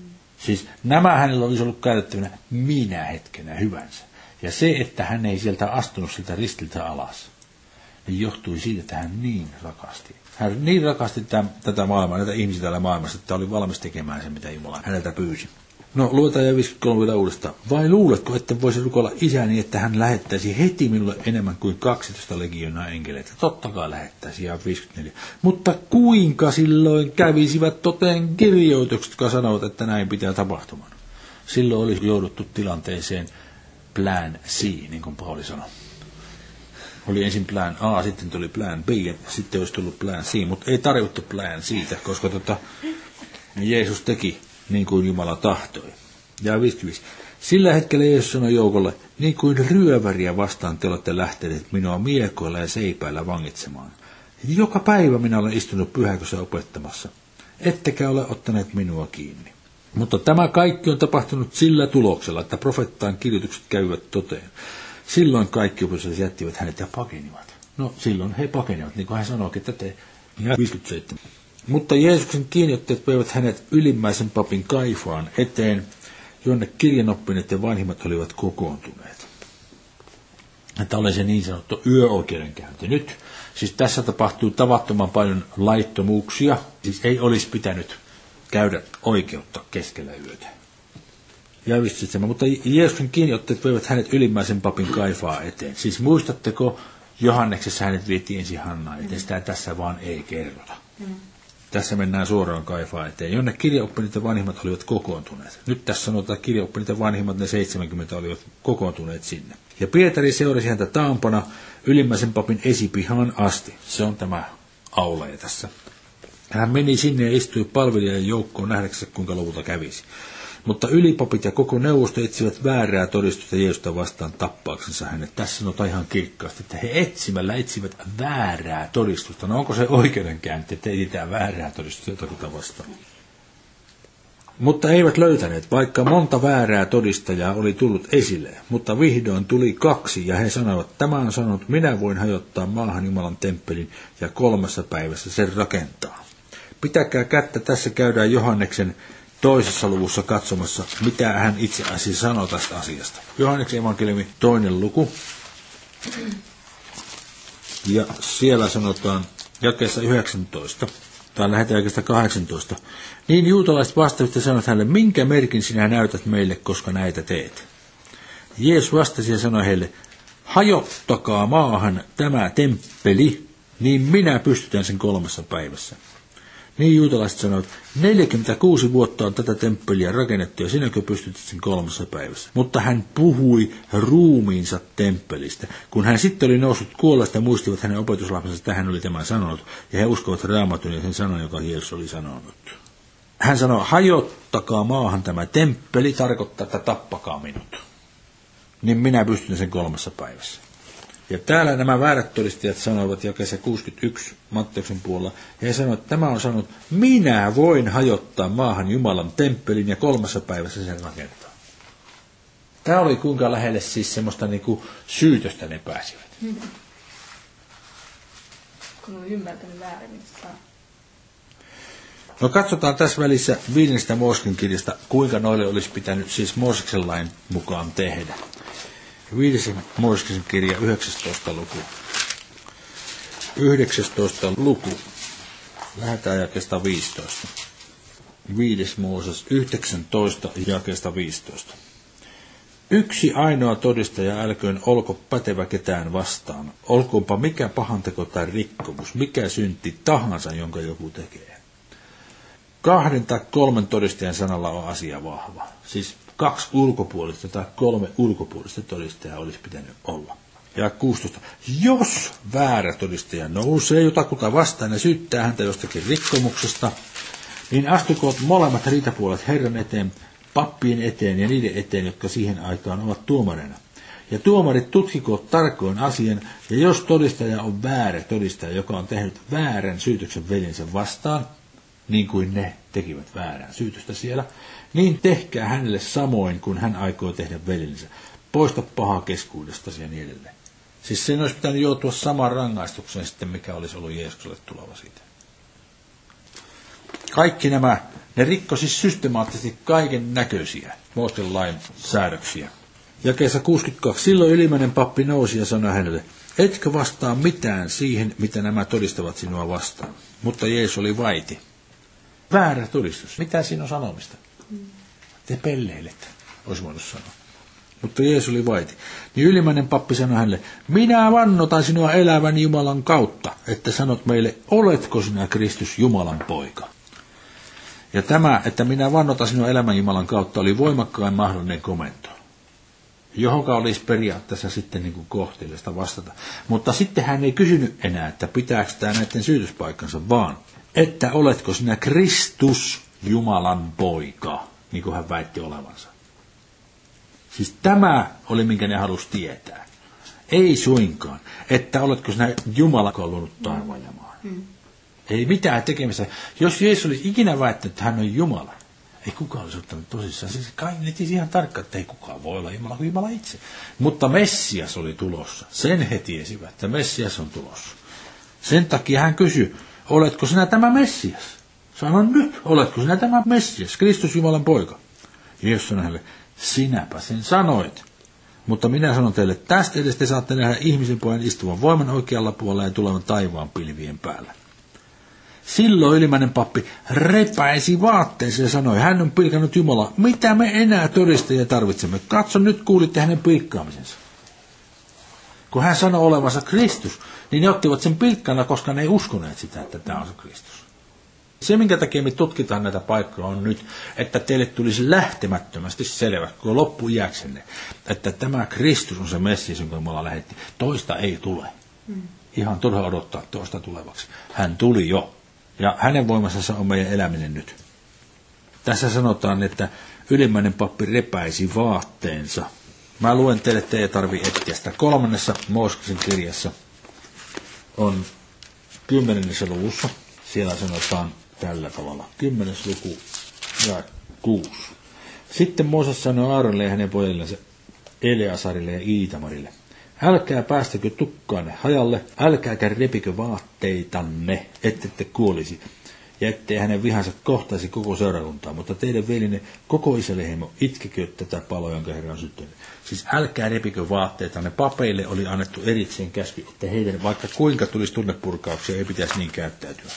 Speaker 1: Siis nämä hänellä olisi ollut käytettävänä minä hetkenä hyvänsä. Ja se, että hän ei sieltä astunut siltä ristiltä alas, niin johtui siitä, että hän niin rakasti. Hän niin rakasti tämän, tätä maailmaa, näitä ihmisiä täällä maailmassa, että oli valmis tekemään sen, mitä Jumala häneltä pyysi. No, luetaan ja viisikymmentäkolme vielä uudestaan. Vai luuletko, että voisi rukoilla Isäni, että hän lähettäisi heti minulle enemmän kuin kaksitoista legionaa enkeleitä? Totta kai lähettäisi, ja viisikymmentäneljä. Mutta kuinka silloin kävisivät toteen kirjoitukset, jotka sanovat, että näin pitää tapahtumaan? Silloin olisi jouduttu tilanteeseen plan C, niin kuin Pauli sanoi. Oli ensin plan A, sitten tuli plan B, ja sitten olisi tullut plan C, mutta ei tarvittu plan siitä, koska tota, Jeesus teki niin kuin Jumala tahtoi. Ja viisikymmentäviisi. Sillä hetkellä Jeesus sanoi joukolle, niin kuin ryöväriä vastaan te olette lähteneet minua miekoilla ja seipäillä vangitsemaan. Joka päivä minä olen istunut pyhäkössä opettamassa, ettekä ole ottaneet minua kiinni. Mutta tämä kaikki on tapahtunut sillä tuloksella, että profettaan kirjoitukset käyvät toteen. Silloin kaikki opetuslaiset jättivät hänet ja pakenivat. No silloin he pakenivat, niin kuin hän sanoikin, että te viisikymmentäseitsemän. Mutta Jeesuksen kiinniottajat veivät hänet ylimmäisen papin Kaifaan eteen, jonne kirjanoppineet ja vanhimmat olivat kokoontuneet. Tämä oli se niin sanottu yöoikeudenkäynti. Nyt, siis tässä tapahtuu tavattoman paljon laittomuuksia, siis ei olisi pitänyt käydä oikeutta keskellä yötä. Ja mutta Jeesuksen kiinniottajat veivät hänet ylimmäisen papin Kaifaa eteen. Siis muistatteko, Johanneksessa hänet vietiin ensin Hannaa eteen, sitä tässä vaan ei kerrota. Mm. Tässä mennään suoraan Kaifaa eteen, jonne kirjaoppinit ja vanhimmat olivat kokoontuneet. Nyt tässä sanotaan, että kirjaoppinit ja vanhimmat, ne seitsemänkymmentä olivat kokoontuneet sinne. Ja Pietari seurasi häntä taampana ylimmäisen papin esipihaan asti. Se on tämä aula tässä. Hän meni sinne ja istui palvelijan joukkoon nähdäksensä, kuinka lopulta kävisi. Mutta ylipapit ja koko neuvosto etsivät väärää todistusta Jeesusta vastaan tappauksensa hänet. Tässä sanotaan ihan kirkkaasti, että he etsimällä etsivät väärää todistusta. No onko se oikeudenkäynti, että etsitään väärää todistusta jotakuta vastaan? Mutta eivät löytäneet, vaikka monta väärää todistajaa oli tullut esille. Mutta vihdoin tuli kaksi, ja he sanoivat, tämä on sanonut, minä voin hajottaa maahan Jumalan temppelin, ja kolmessa päivässä sen rakentaa. Pitäkää kättä, tässä käydään Johanneksen toisessa luvussa katsomassa, mitä hän itse asiassa sanoo tästä asiasta. Johanneksen evankeliumi toinen luku. Ja siellä sanotaan jakeessa yhdeksäntoista, tai lähdetään jakeesta kahdeksantoista. Niin juutalaiset vastasivat ja sanoivat hänelle, minkä merkin sinä näytät meille, koska näitä teet? Jeesus vastasi ja sanoi heille, hajottakaa maahan tämä temppeli, niin minä pystytän sen kolmessa päivässä. Niin juutalaiset sanoivat, neljäkymmentäkuusi vuotta on tätä temppeliä rakennettu ja sinäkö pystytät sen kolmessa päivässä. Mutta hän puhui ruumiinsa temppelistä. Kun hän sitten oli noussut kuolleesta, muistivat hänen opetuslapsensa, että hän oli tämän sanonut, ja he uskovat Raamatun ja sen sanan, joka Jeesus oli sanonut. Hän sanoi, hajottakaa maahan tämä temppeli, tarkoittaa, että tappakaa minut. Niin minä pystyn sen kolmessa päivässä. Ja täällä nämä väärät todistajat sanoivat jakeessa kuusikymmentäyksi Matteuksen puolella, ja he sanoivat, että tämä on sanonut, minä voin hajottaa maahan Jumalan temppelin ja kolmessa päivässä sen rakentaa. Tämä oli kuinka lähelle siis semmoista niin kuin syytöstä ne pääsivät.
Speaker 2: Mm. Kun oli ymmärtänyt väärin, mitä saa.
Speaker 1: No katsotaan tässä välissä viidennestä Mooseksen kirjasta, kuinka noille olisi pitänyt siis Mooseksen lain mukaan tehdä. Viides Mooseksen kirja, yhdeksästoista luku. yhdeksästoista luku. Lähdetään jakeesta viisitoista. Viides Mooses, yhdeksäntoista jakeesta viisitoista. Yksi ainoa todistaja älköön olko pätevä ketään vastaan. Olkoonpa mikä pahanteko tai rikkomus, mikä synti tahansa, jonka joku tekee. Kahden tai kolmen todistajan sanalla on asia vahva. Siis kaksi ulkopuolista tai kolme ulkopuolista todistajaa olisi pitänyt olla. Ja kuusitoista. Jos väärä todistaja nousee jotakuta vastaan ja syyttää häntä jostakin rikkomuksesta, niin astukoot molemmat riitapuolet Herran eteen, pappien eteen ja niiden eteen, jotka siihen aikaan ovat tuomareina. Ja tuomarit tutkikoot tarkoin asian, ja jos todistaja on väärä todistaja, joka on tehnyt väärän syytöksen veljensä vastaan, niin kuin ne tekivät väärää syytöstä siellä, niin tehkää hänelle samoin, kuin hän aikoo tehdä veljensä. Poista paha keskuudestasi ja niin edelleen. Siis sen olisi pitänyt joutua samaan rangaistukseen sitten, mikä olisi ollut Jeesukselle tuleva siitä. Kaikki nämä, ne rikkoi siis systemaattisesti kaiken näköisiä Mooseksen lain säädöksiä. Jakeessa kuusikymmentäkaksi. Silloin ylimmäinen pappi nousi ja sanoi hänelle, etkö vastaa mitään siihen, mitä nämä todistavat sinua vastaan. Mutta Jeesus oli vaiti. Väärä todistus. Mitä siinä on sanomista? Te pelleilette, olisi voinut sanoa. Mutta Jeesus oli vaiti. Niin ylimmäinen pappi sanoi hänelle, minä vannotan sinua elävän Jumalan kautta, että sanot meille, oletko sinä Kristus Jumalan poika? Ja tämä, että minä vannotan sinua elävän Jumalan kautta, oli voimakkain mahdollinen komento, johonka olisi periaatteessa sitten niin kuin kohteellista vastata. Mutta sitten hän ei kysynyt enää, että pitääkö tämä näiden syytöspaikkansa, vaan että oletko sinä Kristus Jumalan poika, niin kuin hän väitti olevansa. Siis tämä oli, minkä ne halusi tietää. Ei suinkaan, että oletko sinä Jumala, joka on luonut taivaan ja maan. Mm. Ei mitään tekemistä. Jos Jeesus olisi ikinä väittänyt, että hän on Jumala, ei kukaan olisi ottanut tosissaan. Siis kai ne tiesi ihan tarkkaan, että ei kukaan voi olla Jumala kuin Jumala itse. Mutta Messias oli tulossa. Sen he tiesivät, että Messias on tulossa. Sen takia hän kysyi, oletko sinä tämä Messias? Sano nyt, oletko sinä tämä Messias, Kristus Jumalan poika? Jeesus sanoi hänelle, sinäpä sen sanoit. Mutta minä sanon teille, tästä edes te saatte nähdä ihmisen pojan istuvan voiman oikealla puolella ja tulevan taivaan pilvien päällä. Silloin ylimmäinen pappi repäisi vaatteensa ja sanoi, hän on pilkannut Jumalaa. Mitä me enää todistajia tarvitsemme? Katso, nyt kuulitte hänen pilkkaamisensa. Kun hän sanoi olevansa Kristus, niin ne ottivat sen pilkkana, koska ne ei uskoneet sitä, että tämä on se Kristus. Se, minkä takia me tutkitaan näitä paikkoja, on nyt, että teille tulisi lähtemättömästi selvä, kun loppuiäksenne, että tämä Kristus on se Messias, jonka me ollaan lähetti. Toista ei tule. Mm. Ihan turha odottaa toista tulevaksi. Hän tuli jo. Ja hänen voimassansa on meidän eläminen nyt. Tässä sanotaan, että ylimmäinen pappi repäisi vaatteensa. Mä luen teille, että ei tarvitse etsiä sitä. Kolmannessa Mooseksen kirjassa on kymmenennessä luvussa. Siellä sanotaan tällä tavalla. Kymmenes luku ja kuusi. Sitten Mooses sanoi Aaronille ja hänen pojallensa Eleasarille ja Iitamarille. Älkää päästäkö tukkaanne hajalle, älkääkä repikö vaatteitanne, ettette kuolisi. ja ettei hänen vihansa kohtaisi koko seurakuntaa, mutta teidän velinne koko Israelin itkekö tätä paloa, jonka Herra on syttynyt. Siis älkää repikö vaatteita, ne papeille oli annettu erikseen käsky, että heidän vaikka kuinka tulisi tunnepurkauksia, ei pitäisi niin käyttäytyä.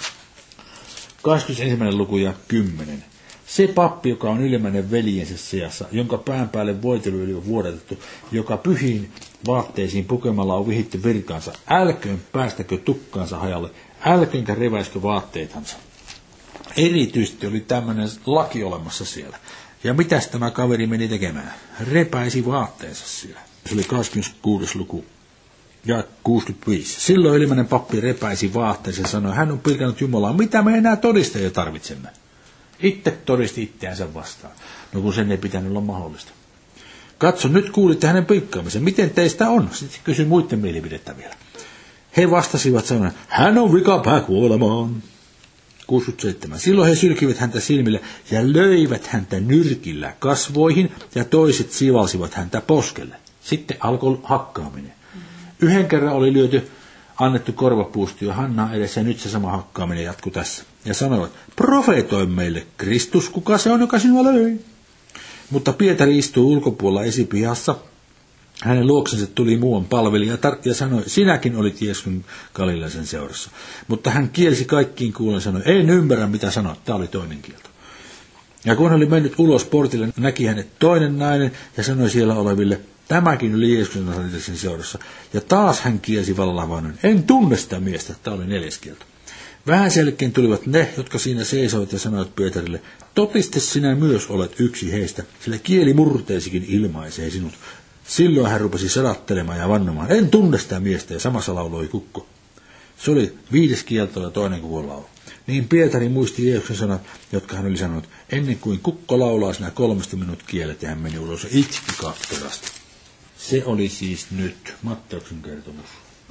Speaker 1: kaksikymmentäyksi luku ja kymmenen. Se pappi, joka on ylimmäinen veljensä seassa, jonka pään päälle voitelu on vuodatettu, joka pyhiin vaatteisiin pukemalla on vihitty virkaansa, älköön päästäkö tukkaansa hajalle, älköönkä reväiskö vaatteetansa. Erityisesti oli tämmöinen laki olemassa siellä. Ja mitäs tämä kaveri meni tekemään? Repäisi vaatteensa siellä. Se oli kaksikymmentäkuusi luku ja kuusikymmentäviisi. Silloin ylimmäinen pappi repäisi vaatteensa ja sanoi, hän on pilkannut Jumalaa, mitä me enää todistajia tarvitsemme? Itse todisti itseänsä vastaan. No kun sen ei pitänyt olla mahdollista. Katso, nyt kuulitte hänen pilkkaamisen. Miten teistä on? Sitten kysyi muiden mielipidettä vielä. He vastasivat sanoen, hän on vikapää kuolemaan. kuusikymmentäseitsemän. Silloin he sylkivät häntä silmille ja löivät häntä nyrkillä kasvoihin ja toiset sivalsivat häntä poskelle. Sitten alkoi hakkaaminen. Yhden kerran oli lyöty, annettu korvapuustio Hannaa edessä ja nyt se sama hakkaaminen jatkui tässä. Ja sanoivat, profeetoi meille Kristus, kuka se on, joka sinua löi. Mutta Pietari istui ulkopuolella esipihassa. Hänen luoksensa tuli muuan palvelija ja sanoi, sinäkin olit Jeesuksen Galilealaisen seurassa. Mutta hän kielsi kaikkiin kuulen ja sanoi, en ymmärrä mitä sanoit, tämä oli toinen kielto. Ja kun hän oli mennyt ulos portille, näki hänet toinen nainen ja sanoi siellä oleville, tämäkin oli Jeesuksen Galilealaisen seurassa. Ja taas hän kielsi vallavanoin, en tunne sitä miestä, tämä oli neljäs kielto. Vähän selkeän tulivat ne, jotka siinä seisoivat ja sanoivat Pietarille, totiste sinä myös olet yksi heistä, sillä kieli murteisikin ilmaisee sinut. Silloin hän rupesi sadattelemaan ja vannomaan, en tunne sitä miestä, ja samassa lauloi kukko. Se oli viides kielto ja toinen kukko laulu. Niin Pietari muisti Jeesuksen sanat, jotka hän oli sanonut, ennen kuin kukko laulaa, sinä kolmesti minut kielet, ja hän meni ulos ja itki katkerasti. Se oli siis nyt Matteuksen kertomus.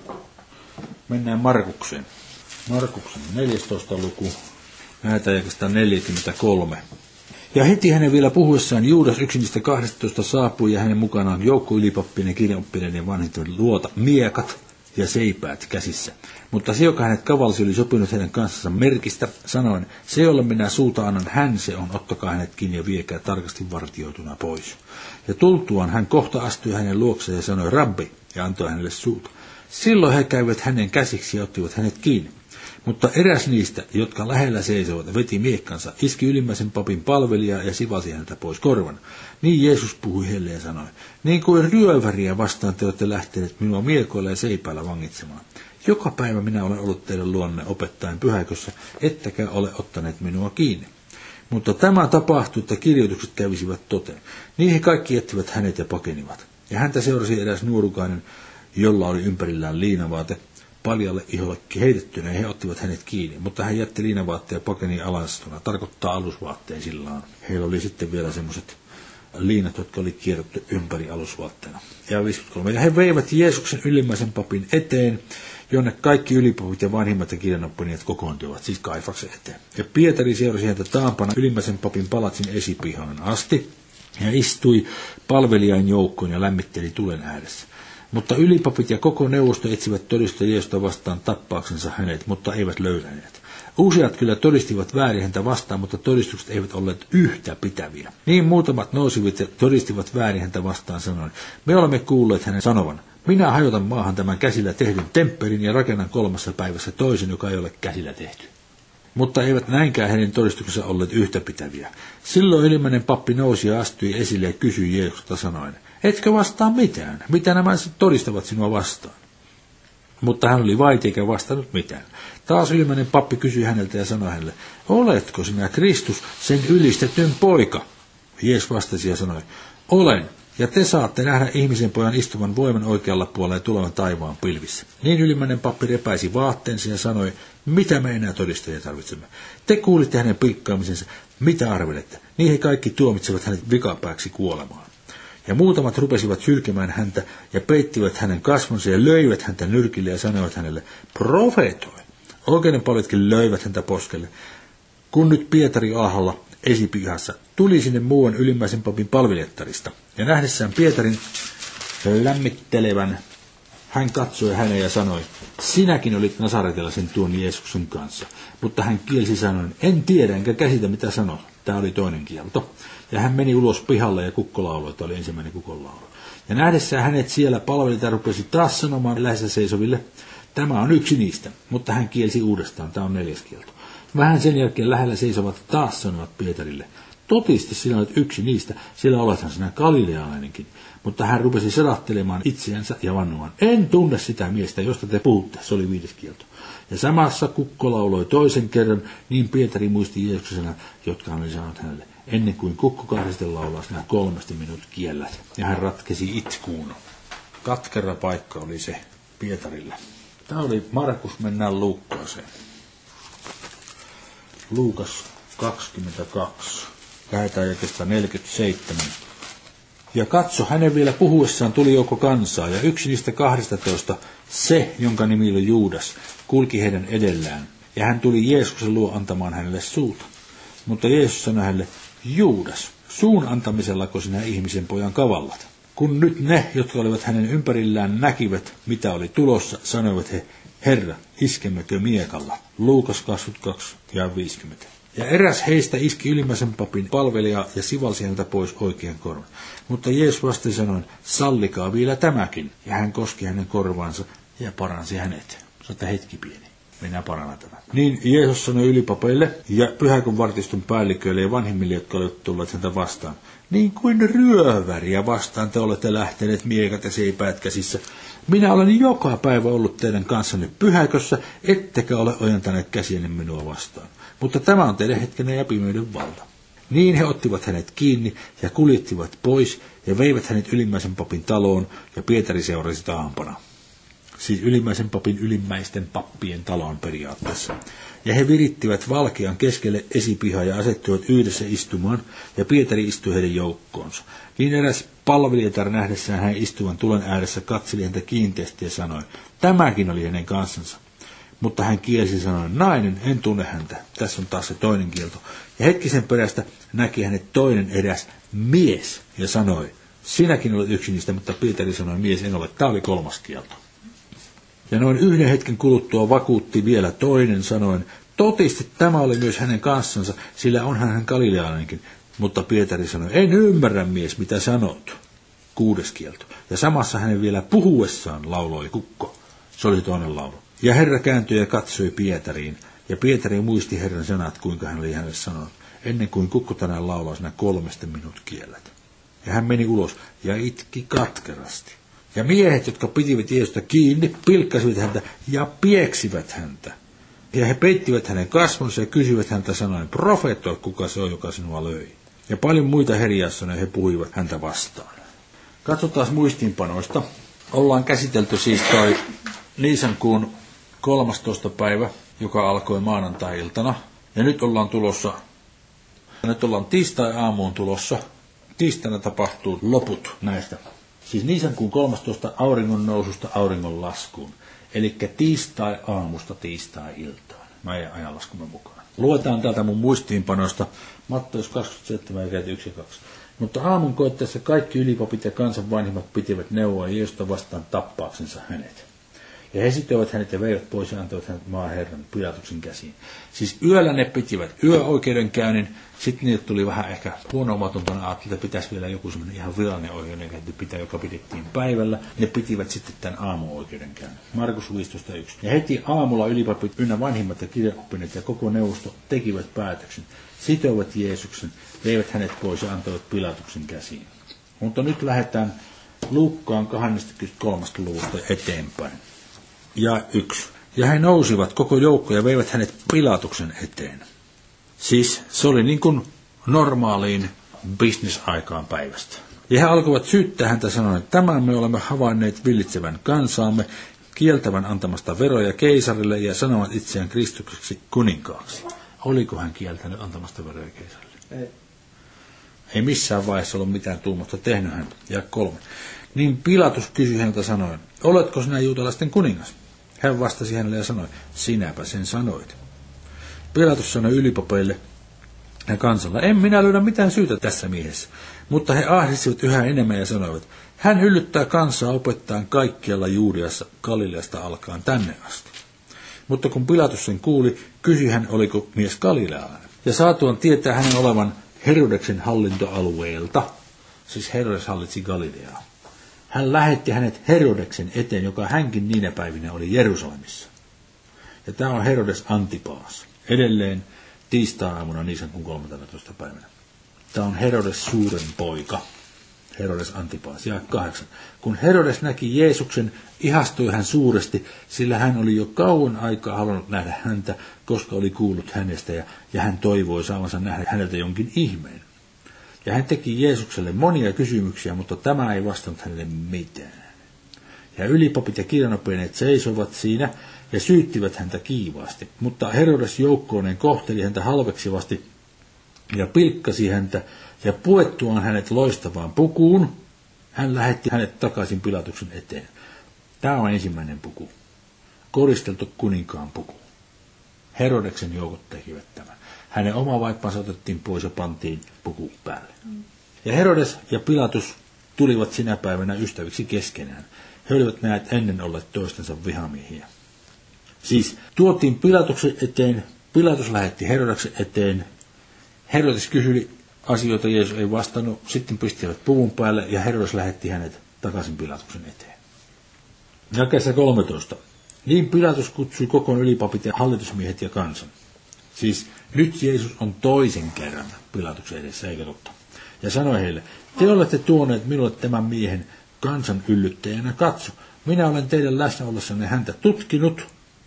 Speaker 1: Mennään Markukseen. Markuksen neljästoista luku, näitä jakasta neljäkymmentäkolme. Ja heti hänen vielä puhuessaan Juudas yksi niistä kahdestatoista saapui ja hänen mukanaan joukko ylipappinen, kirjanoppineiden ja vanhintojen luota, miekat ja seipäät käsissä. Mutta se, joka hänet kavalsi, oli sopinut heidän kanssansa merkistä, sanoen, se, jolle minä suuta annan, hän se on, ottakaa hänet kiinni ja viekää tarkasti vartioituna pois. Ja tultuaan hän kohta astui hänen luokseen ja sanoi, rabbi, ja antoi hänelle suuta. Silloin he käivät hänen käsiksi ja ottivat hänet kiinni. Mutta eräs niistä, jotka lähellä seisoivat, veti miekkansa, iski ylimmäisen papin palvelijaa ja sivasi häntä pois korvan. Niin Jeesus puhui heille ja sanoi, niin kuin ryöväriä vastaan te olette lähteneet minua miekoilla ja seipäällä vangitsemaan. Joka päivä minä olen ollut teidän luonne opettaen pyhäkössä, ettekä ole ottaneet minua kiinni. Mutta tämä tapahtui, että kirjoitukset kävisivät toteen. Niin he kaikki jättivät hänet ja pakenivat. Ja häntä seurasi eräs nuorukainen, jolla oli ympärillään liinavaate, paljalle iholle heitettyneen, he ottivat hänet kiinni, mutta hän jätti liinavaatteen ja pakeni alastuna, tarkoittaa alusvaatteen sillaan. Heillä oli sitten vielä semmoiset liinat, jotka oli kierrottu ympäri alusvaatteena. Ja viisikymmentäkolme. Ja he veivät Jeesuksen ylimmäisen papin eteen, jonne kaikki ylipapit ja vanhimmat ja kirjanoppinijat kokoontuivat, siis Kaifaksen eteen. Ja Pietari seurasi häntä taampana ylimmäisen papin palatsin esipihaan asti, ja istui palvelijain joukkoon ja lämmitteli tulen ääressä. Mutta ylipapit ja koko neuvosto etsivät todistusta Jeesusta vastaan tappauksensa hänet, mutta eivät löytäneet. Useat kyllä todistivat väärin häntä vastaan, mutta todistukset eivät olleet yhtä pitäviä. Niin muutamat nousivat ja todistivat väärin häntä vastaan sanoen, me olemme kuulleet hänen sanovan, minä hajotan maahan tämän käsillä tehdyn temppelin ja rakennan kolmassa päivässä toisen, joka ei ole käsillä tehty. Mutta eivät näinkään hänen todistuksensa olleet yhtä pitäviä. Silloin ylimmäinen pappi nousi ja astui esille ja kysyi Jeesusta sanoen, etkö vastaa mitään? Mitä nämä todistavat sinua vastaan? Mutta hän oli vaiti eikä vastannut mitään. Taas ylimmäinen pappi kysyi häneltä ja sanoi hänelle, oletko sinä Kristus, sen ylistetyn poika? Jeesus vastasi ja sanoi, olen, ja te saatte nähdä ihmisen pojan istuvan voiman oikealla puolella ja tulevan taivaan pilvissä. Niin ylimmäinen pappi repäisi vaatteensa ja sanoi, mitä me enää todistajia tarvitsemme? Te kuulitte hänen pilkkaamisensa, mitä arvelette? Niin he kaikki tuomitsevat hänet vikapääksi kuolemaan. Ja muutamat rupesivat sylkemään häntä ja peittivät hänen kasvonsa ja löivät häntä nyrkille ja sanoivat hänelle, profeetoi. Oikeudenpaljatkin löivät häntä poskelle. Kun nyt Pietari alhaalla esipihassa tuli sinne muuan ylimmäisen papin palvelijattarista ja nähdessään Pietarin lämmittelevän Hän katsoi hänen ja sanoi, sinäkin olit nasaretilaisen tuon Jeesuksen kanssa. Mutta hän kielsi sanoen, en tiedä enkä käsitä mitä sanoi. Tämä oli toinen kielto. Ja hän meni ulos pihalle ja kukko lauloi, tämä oli ensimmäinen kukon laulu. Ja nähdessään hänet siellä palvelija rupesi taas sanomaan lähes seisoville, tämä on yksi niistä, mutta hän kielsi uudestaan, tämä on neljäs kielto. Vähän sen jälkeen lähellä seisovat taas sanovat Pietarille, totisesti sinä olet yksi niistä, sillä olethan sinä galilealainenkin. Mutta hän rupesi sadattelemaan itseänsä ja vannomaan, en tunne sitä miestä, josta te puhutte, se oli viides kielto. Ja samassa kukko lauloi toisen kerran, niin Pietari muisti Jeesuksena, jotka hän oli sanonut hänelle, ennen kuin kukko kahdesti laulaa, sinä kolmesti minut kiellät. Ja hän ratkesi itkuun. Katkera paikka oli se Pietarille. Tämä oli Markus, mennään Luukkaaseen. Luukas kaksikymmentäkaksi. Lähetään jakeesta neljäkymmentäseitsemän. Ja katso, hänen vielä puhuessaan tuli joukko kansaa, ja yksi niistä kahdestatoista, se, jonka nimi oli Juudas, kulki heidän edellään. Ja hän tuli Jeesuksen luo antamaan hänelle suuta. Mutta Jeesus sanoi hänelle, Juudas, suun antamisellako sinä ihmisen pojan kavallat? Kun nyt ne, jotka olivat hänen ympärillään, näkivät, mitä oli tulossa, sanoivat he, Herra, iskemmekö miekalla? Luukas kaksikymmentäkaksi ja viisikymmentä. Ja eräs heistä iski ylimmäisen papin palvelija ja sivalsi häneltä pois oikean korvan. Mutta Jeesus vastasi sanoen, sallikaa vielä tämäkin. Ja hän koski hänen korvaansa ja paransi hänet. Sata hetki pieni. Mennään paranna tämä. Niin Jeesus sanoi ylipapeille ja pyhäkon vartiston päälliköille ja vanhimmille, jotka olivat tulleet häntä vastaan. Niin kuin ryöväriä vastaan te olette lähteneet miekat ja seipäät käsissä. Minä olen joka päivä ollut teidän kanssanne pyhäkössä, ettekä ole ojentaneet käsienne minua vastaan. Mutta tämä on teidän hetkenne ja pimeyden valta. Niin he ottivat hänet kiinni ja kuljettivat pois ja veivät hänet ylimmäisen papin taloon ja Pietari seurasi taampana. Siis ylimmäisen papin ylimmäisten pappien taloon periaatteessa. Ja he virittivät valkean keskelle esipihaa ja asettuivat yhdessä istumaan, ja Pietari istui heidän joukkoonsa. Niin eräs palvelijatar nähdessään hän istuvan tulen ääressä katseli häntä kiinteästi ja sanoi, tämäkin oli hänen kansansa. Mutta hän kielsi sanoen, nainen, en tunne häntä. Tässä on taas se toinen kielto. Ja hetkisen perästä näki hänet toinen eräs mies ja sanoi, sinäkin olet yksi niistä, mutta Pietari sanoi, mies en ole. Tämä oli kolmas kielto. Ja noin yhden hetken kuluttua vakuutti vielä toinen sanoen, totisesti tämä oli myös hänen kanssansa, sillä onhan hän galilealainenkin. Mutta Pietari sanoi, en ymmärrä mies, mitä sanot. Kuudes kielto. Ja samassa hänen vielä puhuessaan lauloi kukko. Se oli toinen laulu. Ja Herra kääntyi ja katsoi Pietariin. Ja Pietari muisti Herran sanat, kuinka hän oli hänelle sanonut, ennen kuin kukko tänään laulaa, sinä kolmesti minut kiellät. Ja hän meni ulos ja itki katkerasti. Ja miehet, jotka pitivät Jeesusta kiinni, pilkkasivat häntä ja pieksivät häntä. Ja he peittivät hänen kasvonsa ja kysyivät häntä sanoen, profeettoi, kuka se on, joka sinua löi. Ja paljon muita herjaussanoja he puhuivat häntä vastaan. Katsotaan muistiinpanoista. Ollaan käsitelty siis toi Niisankuun kolmastoista päivä, joka alkoi maanantai-iltana. Ja nyt ollaan tulossa, nyt ollaan tiistai-aamuun tulossa. Tiistaina tapahtuu loput näistä. Siis Niisankuun kolmastoista auringon noususta auringon laskuun. Eli tiistai-aamusta tiistai-iltaan. Meidän ajanlaskumme mukaan. Luetaan täältä mun muistiinpanoista Matteus kaksikymmentäseitsemän ja yksi ja kaksi. Mutta aamun koittaessa kaikki ylipapit ja kansan vanhimmat pitivät neuvoa Jeesusta vastaan tappaaksensa hänet. Ja he sitoivat hänet ja veivät pois ja antoivat hänet maan Herran Pilatuksen käsiin. Siis yöllä ne pitivät yöoikeudenkäynnin, sitten niille tuli vähän ehkä huono-omatuntona ajattelua, että pitäisi vielä joku semmoinen ihan virallinen oikeudenkäynti pitää, joka pidettiin päivällä. Ne pitivät sitten tämän aamuoikeudenkäynnin. Markus viisitoista yksi. Ja heti aamulla ylipapit ynnä vanhimmat ja kirjaoppineet ja koko neuvosto tekivät päätöksen. Sitoivat Jeesuksen, veivät hänet pois ja antoivat Pilatuksen käsiin. Mutta nyt lähdetään Luukkaan kaksikymmentäkolmesta luvusta eteenpäin. Ja yksi. Ja he nousivat koko joukko ja veivät hänet Pilatuksen eteen. Siis se oli niin kuin normaaliin bisnesaikaan päivästä. Ja he alkoivat syyttää häntä sanoen, että tämän me olemme havainneet villitsevän kansaamme, kieltävän antamasta veroja keisarille ja sanovat itseään Kristukseksi kuninkaaksi. Oliko hän kieltänyt antamasta veroja keisarille? Ei. Ei missään vaiheessa ollut mitään tuumasta tehnyt hän. Ja kolme. Niin Pilatus kysyi häneltä sanoen, oletko sinä juutalaisten kuningas? Hän vastasi hänelle ja sanoi, sinäpä sen sanoit. Pilatus sanoi ylipapeille ja kansalla, en minä löydä mitään syytä tässä miehessä. Mutta he ahdistivat yhä enemmän ja sanoivat, Hän yllyttää kansaa opettaen kaikkialla Juudeassa Galileasta alkaen tänne asti. Mutta kun Pilatus sen kuuli, kysyi hän, oliko mies galilealainen. Ja saatuaan tietää hänen olevan Herodeksen hallintoalueelta, siis Herodes hallitsi Galileaa, hän lähetti hänet Herodeksen eteen, joka hänkin niinä päivinä oli Jerusalemissa. Ja tämä on Herodes Antipas. Edelleen tiistai-aamuna niissä kuin kolmanteentoista päivänä. Tämä on Herodes suuren poika. Herodes Antipas. Ja kahdeksan. Kun Herodes näki Jeesuksen, ihastui hän suuresti, sillä hän oli jo kauan aikaa halunnut nähdä häntä, koska oli kuullut hänestä, ja, ja hän toivoi saavansa nähdä häneltä jonkin ihmeen. Ja hän teki Jeesukselle monia kysymyksiä, mutta tämä ei vastannut hänelle mitään. Ja ylipapit ja kirjanoppineet seisoivat siinä ja syyttivät häntä kiivaasti. Mutta Herodes joukkoineen kohteli häntä halveksivasti ja pilkkasi häntä, ja puettuaan hänet loistavaan pukuun, hän lähetti hänet takaisin Pilatuksen eteen. Tämä on ensimmäinen puku. Koristeltu kuninkaan puku. Herodeksen joukot tekivät tämän. Hänen oma vaippansa otettiin pois ja pantiin puku päälle. Ja Herodes ja Pilatus tulivat sinä päivänä ystäviksi keskenään. He olivat näet ennen olleet toistensa vihamiehiä. Siis tuotiin Pilatuksen eteen, Pilatus lähetti Herodeksen eteen. Herodes kysyi asioita, Jeesus ei vastannut, sitten pistivät puvun päälle ja Herodes lähetti hänet takaisin Pilatuksen eteen. Jakeessa kolmetoista. Niin Pilatus kutsui kokoon ylipapit ja hallitusmiehet ja kansan. Siis nyt Jeesus on toisen kerran Pilatuksen edessä, eikä totta. Ja sanoi heille, te olette tuoneet minulle tämän miehen kansan yllyttäjänä, katso. Minä olen teidän läsnä ollessanne häntä tutkinut,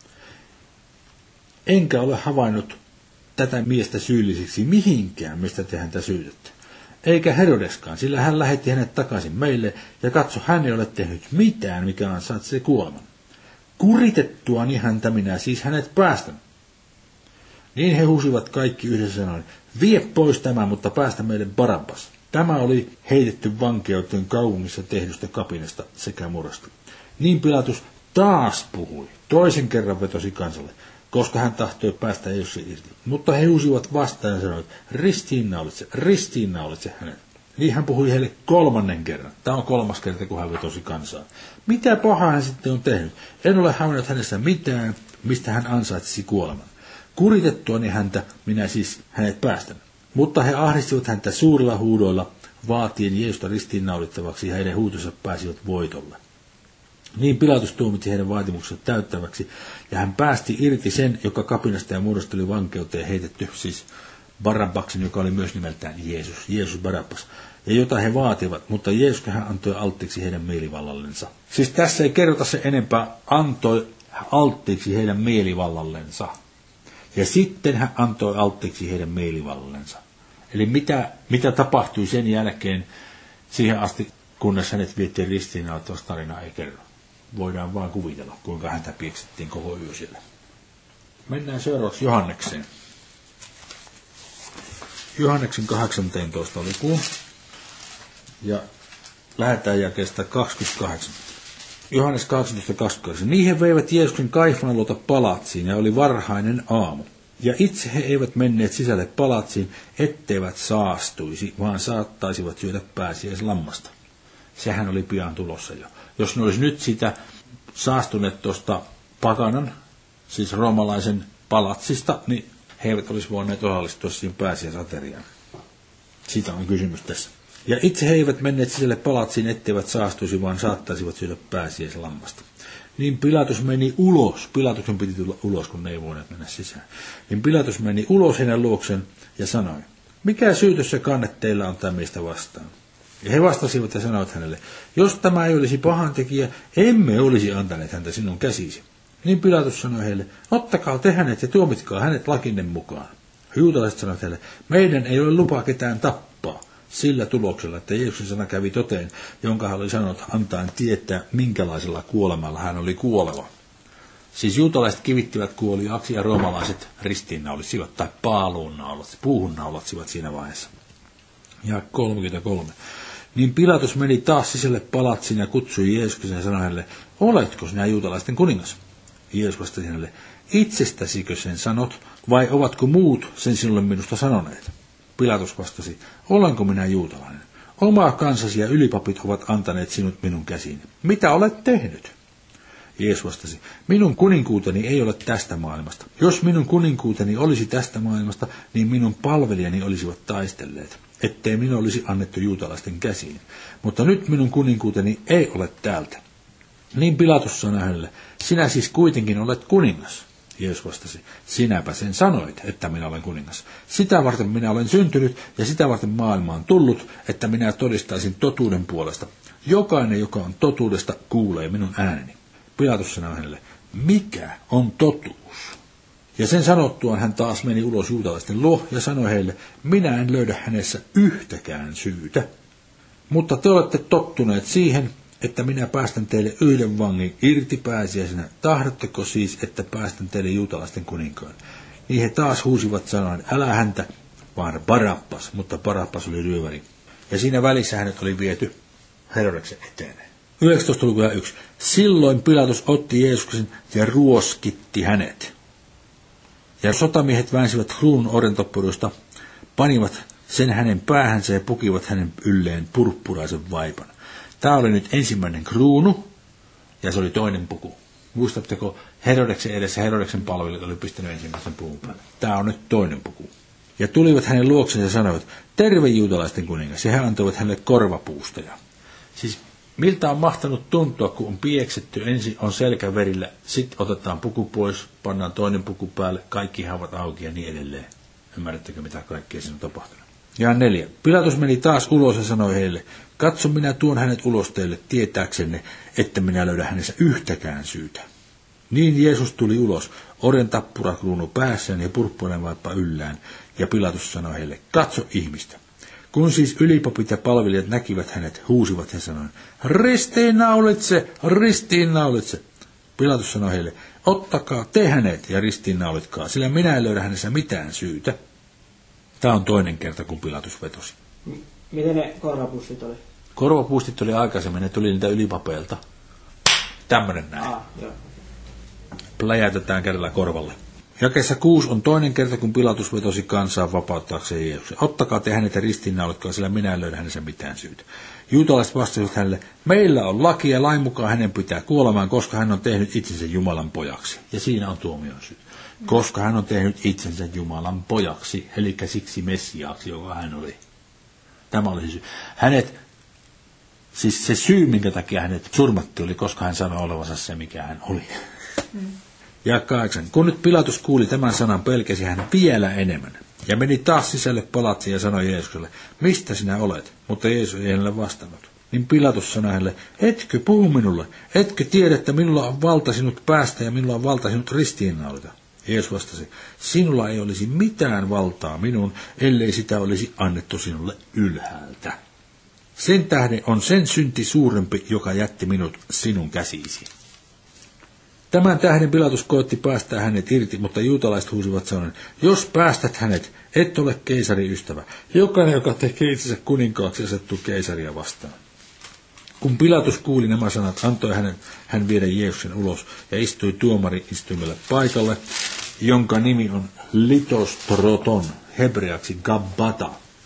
Speaker 1: enkä ole havainnut tätä miestä syylliseksi mihinkään, mistä te häntä syytätte. Eikä Herodeskaan, sillä hän lähetti hänet takaisin meille, ja katso, hän ei ole tehnyt mitään, mikä ansaitsee kuoleman. Kuritettuani häntä minä siis hänet päästän. Niin he huusivat kaikki yhdessä sanoen, vie pois tämä, mutta päästä meille Barabbas. Tämä oli heitetty vankeuteen kaupungissa tehdystä kapinasta sekä murasta. Niin Pilatus taas puhui, toisen kerran vetosi kansalle, koska hän tahtoi päästä Jeesuksen irti. Mutta he huusivat vastaan ja sanoivat, ristiinnaulitse, ristiinnaulitse hänet. Niin hän puhui heille kolmannen kerran. Tämä on kolmas kerta, kun hän vetosi kansaa. Mitä pahaa hän sitten on tehnyt? En ole havainnut hänessä mitään, mistä hän ansaitsisi kuoleman. Kuritettuani häntä, minä siis hänet päästän. Mutta he ahdistivat häntä suurilla huudoilla, vaatien Jeesusta ristiinnaulittavaksi, ja heidän huutonsa pääsivät voitolle. Niin Pilatus tuomitsi heidän vaatimuksensa täyttäväksi, ja hän päästi irti sen, joka kapinasta ja muodosta oli vankeuteen heitetty, siis Barabbaksen, joka oli myös nimeltään Jeesus, Jeesus Barabbas, ja jota he vaativat, mutta Jeesus hän antoi alttiiksi heidän mielivallallensa. Siis tässä ei kerrota se enempää, antoi alttiiksi heidän mielivallallensa. Ja sitten hän antoi alttiiksi heidän mielivallallensa. Eli mitä, mitä tapahtui sen jälkeen siihen asti, kunnes hänet vietiin ristiinnaulittavaksi, tarina ei kerro. Voidaan vaan kuvitella, kuinka häntä pieksettiin koko yö siellä. Mennään seuraavaksi Johannekseen. Johanneksen kahdeksanteentoista lukuun. Ja lähdetään jakeesta kaksikymmentäkahdeksan. Johannes kahdeksantoista kaksikymmentäkahdeksan. Niin he veivät Jeesuksen Kaifanan luota palatsiin, ja oli varhainen aamu. Ja itse he eivät menneet sisälle palatsiin, etteivät saastuisi, vaan saattaisivat syödä pääsiäislammasta. Sehän oli pian tulossa jo. Jos ne olisi nyt sitä saastuneet tuosta paganan, siis roomalaisen palatsista, niin he eivät olisi voineet osallistua siihen pääsiäisateriaan. Siitä on kysymys tässä. Ja itse he eivät menneet sisälle palatsiin, etteivät saastuisi, vaan saattaisivat syödä pääsiäislammasta. Niin Pilatus meni ulos. Pilatuksen piti tulla ulos, kun ne ei voineet mennä sisään. Niin Pilatus meni ulos heidän luoksen ja sanoi, mikä syytös ja kanne teillä on tämä miestä vastaan? Ja he vastasivat ja sanoivat hänelle, jos tämä ei olisi pahantekijä, emme olisi antaneet häntä sinun käsisi. Niin Pilatus sanoi heille, ottakaa te hänet ja tuomitkaa hänet lakinne mukaan. Juutalaiset sanoivat heille, meidän ei ole lupaa ketään tappaa. Sillä tuloksella, että Jeesuksen sana kävi toteen, jonka hän oli sanonut antaen tietää, minkälaisella kuolemalla hän oli kuoleva. Siis juutalaiset kivittivät kuoliaaksi ja roomalaiset ristiinnaulitsivat tai paaluun naulat, puuhun naulatsivat siinä vaiheessa. Ja kolmekymmentäkolme. Niin Pilatus meni taas sisälle palatsiin ja kutsui Jeesuksen ja sanoi hänelle, oletko sinä juutalaisten kuningas? Jeesus vastasi hänelle, itsestäsikö sen sanot, vai ovatko muut sen sinulle minusta sanoneet? Pilatus vastasi, olenko minä juutalainen? Oma kansasi ja ylipapit ovat antaneet sinut minun käsiini. Mitä olet tehnyt? Jeesus vastasi, minun kuninkuuteni ei ole tästä maailmasta. Jos minun kuninkuuteni olisi tästä maailmasta, niin minun palvelijani olisivat taistelleet, ettei minun olisi annettu juutalaisten käsiin. Mutta nyt minun kuninkuuteni ei ole täältä. Niin Pilatus sanoi hänelle, sinä siis kuitenkin olet kuningas. Jeesus vastasi, sinäpä sen sanoit, että minä olen kuningas. Sitä varten minä olen syntynyt ja sitä varten maailma on tullut, että minä todistaisin totuuden puolesta. Jokainen, joka on totuudesta, kuulee minun ääneni. Pilatus sanoi hänelle, mikä on totuus? Ja sen sanottuaan hän taas meni ulos juutalaisten luo ja sanoi heille, minä en löydä hänessä yhtäkään syytä. Mutta te olette tottuneet siihen, että minä päästän teille yhden vangin irti pääsiäisenä. Tahdotteko siis, että päästän teille juutalaisten kuninkaan? Niin he taas huusivat sanoen, älä häntä, vaan Barabas, mutta Barabas oli ryöväri. Ja siinä välissä hänet oli viety Herodeksen eteen. yhdestoista luku yksi. Silloin Pilatus otti Jeesuksen ja ruoskitti hänet. Ja sotamiehet väänsivät kruunun orjantoppurusta, panivat sen hänen päähänsä ja pukivat hänen ylleen purppuraisen vaipan. Tämä oli nyt ensimmäinen kruunu, ja se oli toinen puku. Muistatteko, Herodeksen edessä Herodeksen palvelijat oli pistänyt ensimmäisen puvun päälle. Tämä on nyt toinen puku. Ja tulivat hänen luokseen ja sanoivat, terve juutalaisten kuningas, ja he antoivat hänelle korvapuustoja. Siis miltä on mahtanut tuntua, kun on pieksetty, ensin on selkäverillä, sitten otetaan puku pois, pannaan toinen puku päälle, kaikki haavat auki ja niin edelleen. Ymmärrättekö, mitä kaikkea siinä on tapahtunut? Ja neljä. Pilatus meni taas ulos ja sanoi heille, katso, minä tuon hänet ulos teille tietääksenne, että minä löydä hänessä yhtäkään syytä. Niin Jeesus tuli ulos, orjan tappurakruunu päässään ja purppuinen vaippa yllään, ja Pilatus sanoi heille, katso ihmistä. Kun siis ylipapit ja palvelijat näkivät hänet, huusivat he sanoen, ristiinnaulitse, ristiinnaulitse. Pilatus sanoi heille, ottakaa te hänet ja ristiinnaulitkaa, sillä minä en löydä hänessä mitään syytä. Tämä on toinen kerta, kun Pilatus vetosi.
Speaker 3: Miten ne korvapustit oli?
Speaker 1: Korvapustit oli aikaisemmin, ne tuli niitä ylipapeilta. Tämmöinen näin.
Speaker 3: Ah, joo.
Speaker 1: Pläjäytetään kädellä korvalle. Jakeessa kuusi on toinen kerta, kun Pilatus vetosi kansaa vapauttaakseen Jeesuksen. Ottakaa te hänet ja ristiinnaulitkaa, sillä minä en löydä hänessä mitään syytä. Juutalaiset vastasivat hänelle, meillä on laki ja lain mukaan hänen pitää kuolemaan, koska hän on tehnyt itsensä Jumalan pojaksi. Ja siinä on tuomion syy. Koska hän on tehnyt itsensä Jumalan pojaksi, eli siksi Messiaaksi, joka hän oli. Tämä oli se syy. Hänet, siis se syy, minkä takia hänet surmattiin, oli, koska hän sanoi olevansa se, mikä hän oli. Mm. Ja kahdeksan. Kun nyt Pilatus kuuli tämän sanan, pelkäsi hän vielä enemmän. Ja meni taas sisälle palatsiin ja sanoi Jeesukselle, mistä sinä olet? Mutta Jeesus ei hänelle vastannut. Niin Pilatus sanoi hänelle, etkö puhu minulle? Etkö tiedä, että minulla on valta sinut päästä ja minulla on valta sinut ristiinnaulita? Jeesus vastasi, sinulla ei olisi mitään valtaa minun, ellei sitä olisi annettu sinulle ylhäältä. Sen tähden on sen synti suurempi, joka jätti minut sinun käsiisi. Tämän tähden Pilatus koetti päästää hänet irti, mutta juutalaiset huusivat sanoen, jos päästät hänet, et ole keisarin ystävä. Jokainen, joka tekee itsensä kuninkaaksi, asettuu keisaria vastaan. Kun Pilatus kuuli nämä sanat, antoi hänen, hän viedä Jeesuksen ulos ja istui tuomari-istuimelle paikalle, jonka nimi on Litostroton, hebreaksi Gabbata.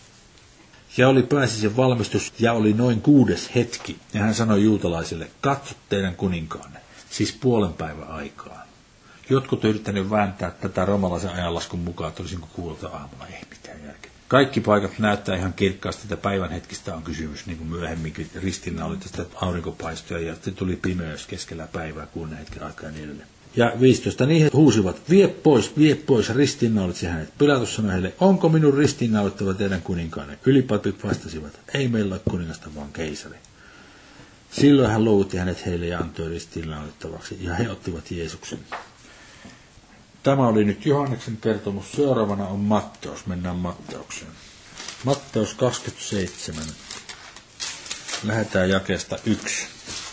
Speaker 1: Ja oli pääsisen valmistus ja oli noin kuudes hetki, ja hän sanoi juutalaisille, katso teidän kuninkaanne, siis puolen päivän aikaa. Jotkut on yrittäneet vääntää tätä romalaisen ajanlaskun mukaan, että olisinko kuulta aamulla, ei mitään järkeä. Kaikki paikat näyttää ihan kirkkaasti, että päivän hetkistä on kysymys, niin kuin myöhemminkin ristinna oli tästä aurinkopaistoja, ja sitten tuli pimeys keskellä päivää, kuuden hetken aikaa niin edelleen. Ja viisitoista niin he huusivat, vie pois, vie pois, ristiinnaulitsi hänet. Pilatus sanoi heille, onko minun ristiinnaulittava teidän kuninkaanne? Ylipapit vastasivat, ei meillä ole kuningasta, vaan keisari. Silloin hän luovutti hänet heille ja antoi ristiinnaulittavaksi, ja he ottivat Jeesuksen. Tämä oli nyt Johanneksen kertomus. Seuraavana on Matteus. Mennään Matteukseen. Matteus kaksikymmentäseitsemän. Lähdetään jakeesta yksi.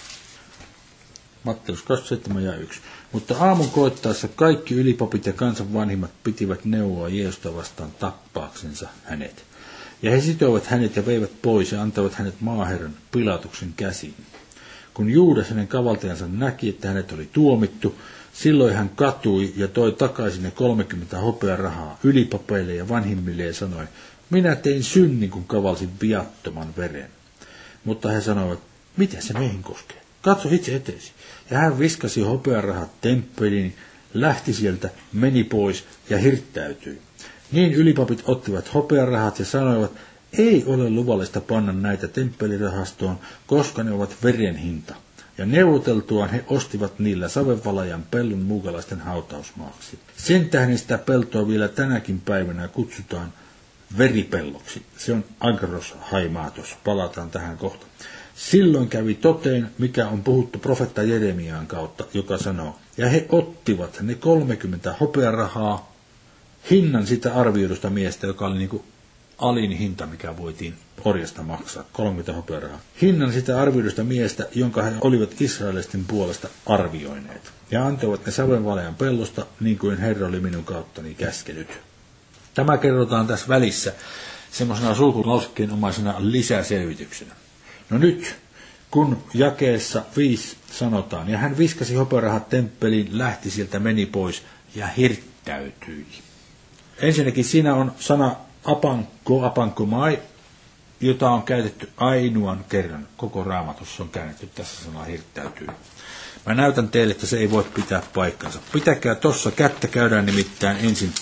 Speaker 1: Matteus kaksikymmentäseitsemän ja yksi. Mutta aamun koittaessa kaikki ylipapit ja kansan vanhimmat pitivät neuvoa Jeesusta vastaan tappaaksensa hänet. Ja he sitoivat hänet ja veivät pois ja antavat hänet maaherran Pilatuksen käsiin. Kun Juudas hänen kavaltajansa näki, että hänet oli tuomittu, silloin hän katui ja toi takaisin ne kolmekymmentä hopearahaa ylipapeille ja vanhimmille ja sanoi, minä tein synnin, kun kavalsin viattoman veren. Mutta he sanoivat, miten se meihin koskee? Katso itse eteesi. Ja hän viskasi hopearahat temppeliin, lähti sieltä, meni pois ja hirttäytyi. Niin ylipapit ottivat hopearahat ja sanoivat, ei ole luvallista panna näitä temppelirahastoon, koska ne ovat veren hinta. Ja neuvoteltuaan he ostivat niillä savevalajan pellon muukalaisten hautausmaaksi. Sen tähden sitä peltoa vielä tänäkin päivänä kutsutaan veripelloksi. Se on agros haimaatos. Palataan tähän kohta. Silloin kävi toteen, mikä on puhuttu profetta Jeremiaan kautta, joka sanoo, ja he ottivat ne kolmekymmentä hopearahaa, hinnan sitä arvioidusta miestä, joka oli niin kuin alin hinta, mikä voitiin orjasta maksaa, kolmekymmentä hopearahaa. Hinnan sitä arvioidusta miestä, jonka he olivat israelisten puolesta arvioineet. Ja antoivat ne savenvalean pellosta, niin kuin Herra oli minun kauttani käskenyt. Tämä kerrotaan tässä välissä semmoisena sulkulausekkeenomaisena lisäselvityksenä. No nyt, kun jakeessa viisi sanotaan, ja hän viskasi hopearahat temppeliin, lähti sieltä, meni pois ja hirttäytyi. Ensinnäkin siinä on sana apanko, apankomai, jota on käytetty ainoan kerran. Koko Raamatussa on käännetty tässä sana hirttäytyy. Mä näytän teille, että se ei voi pitää paikkansa. Pitäkää tossa kättä, käydään nimittäin ensin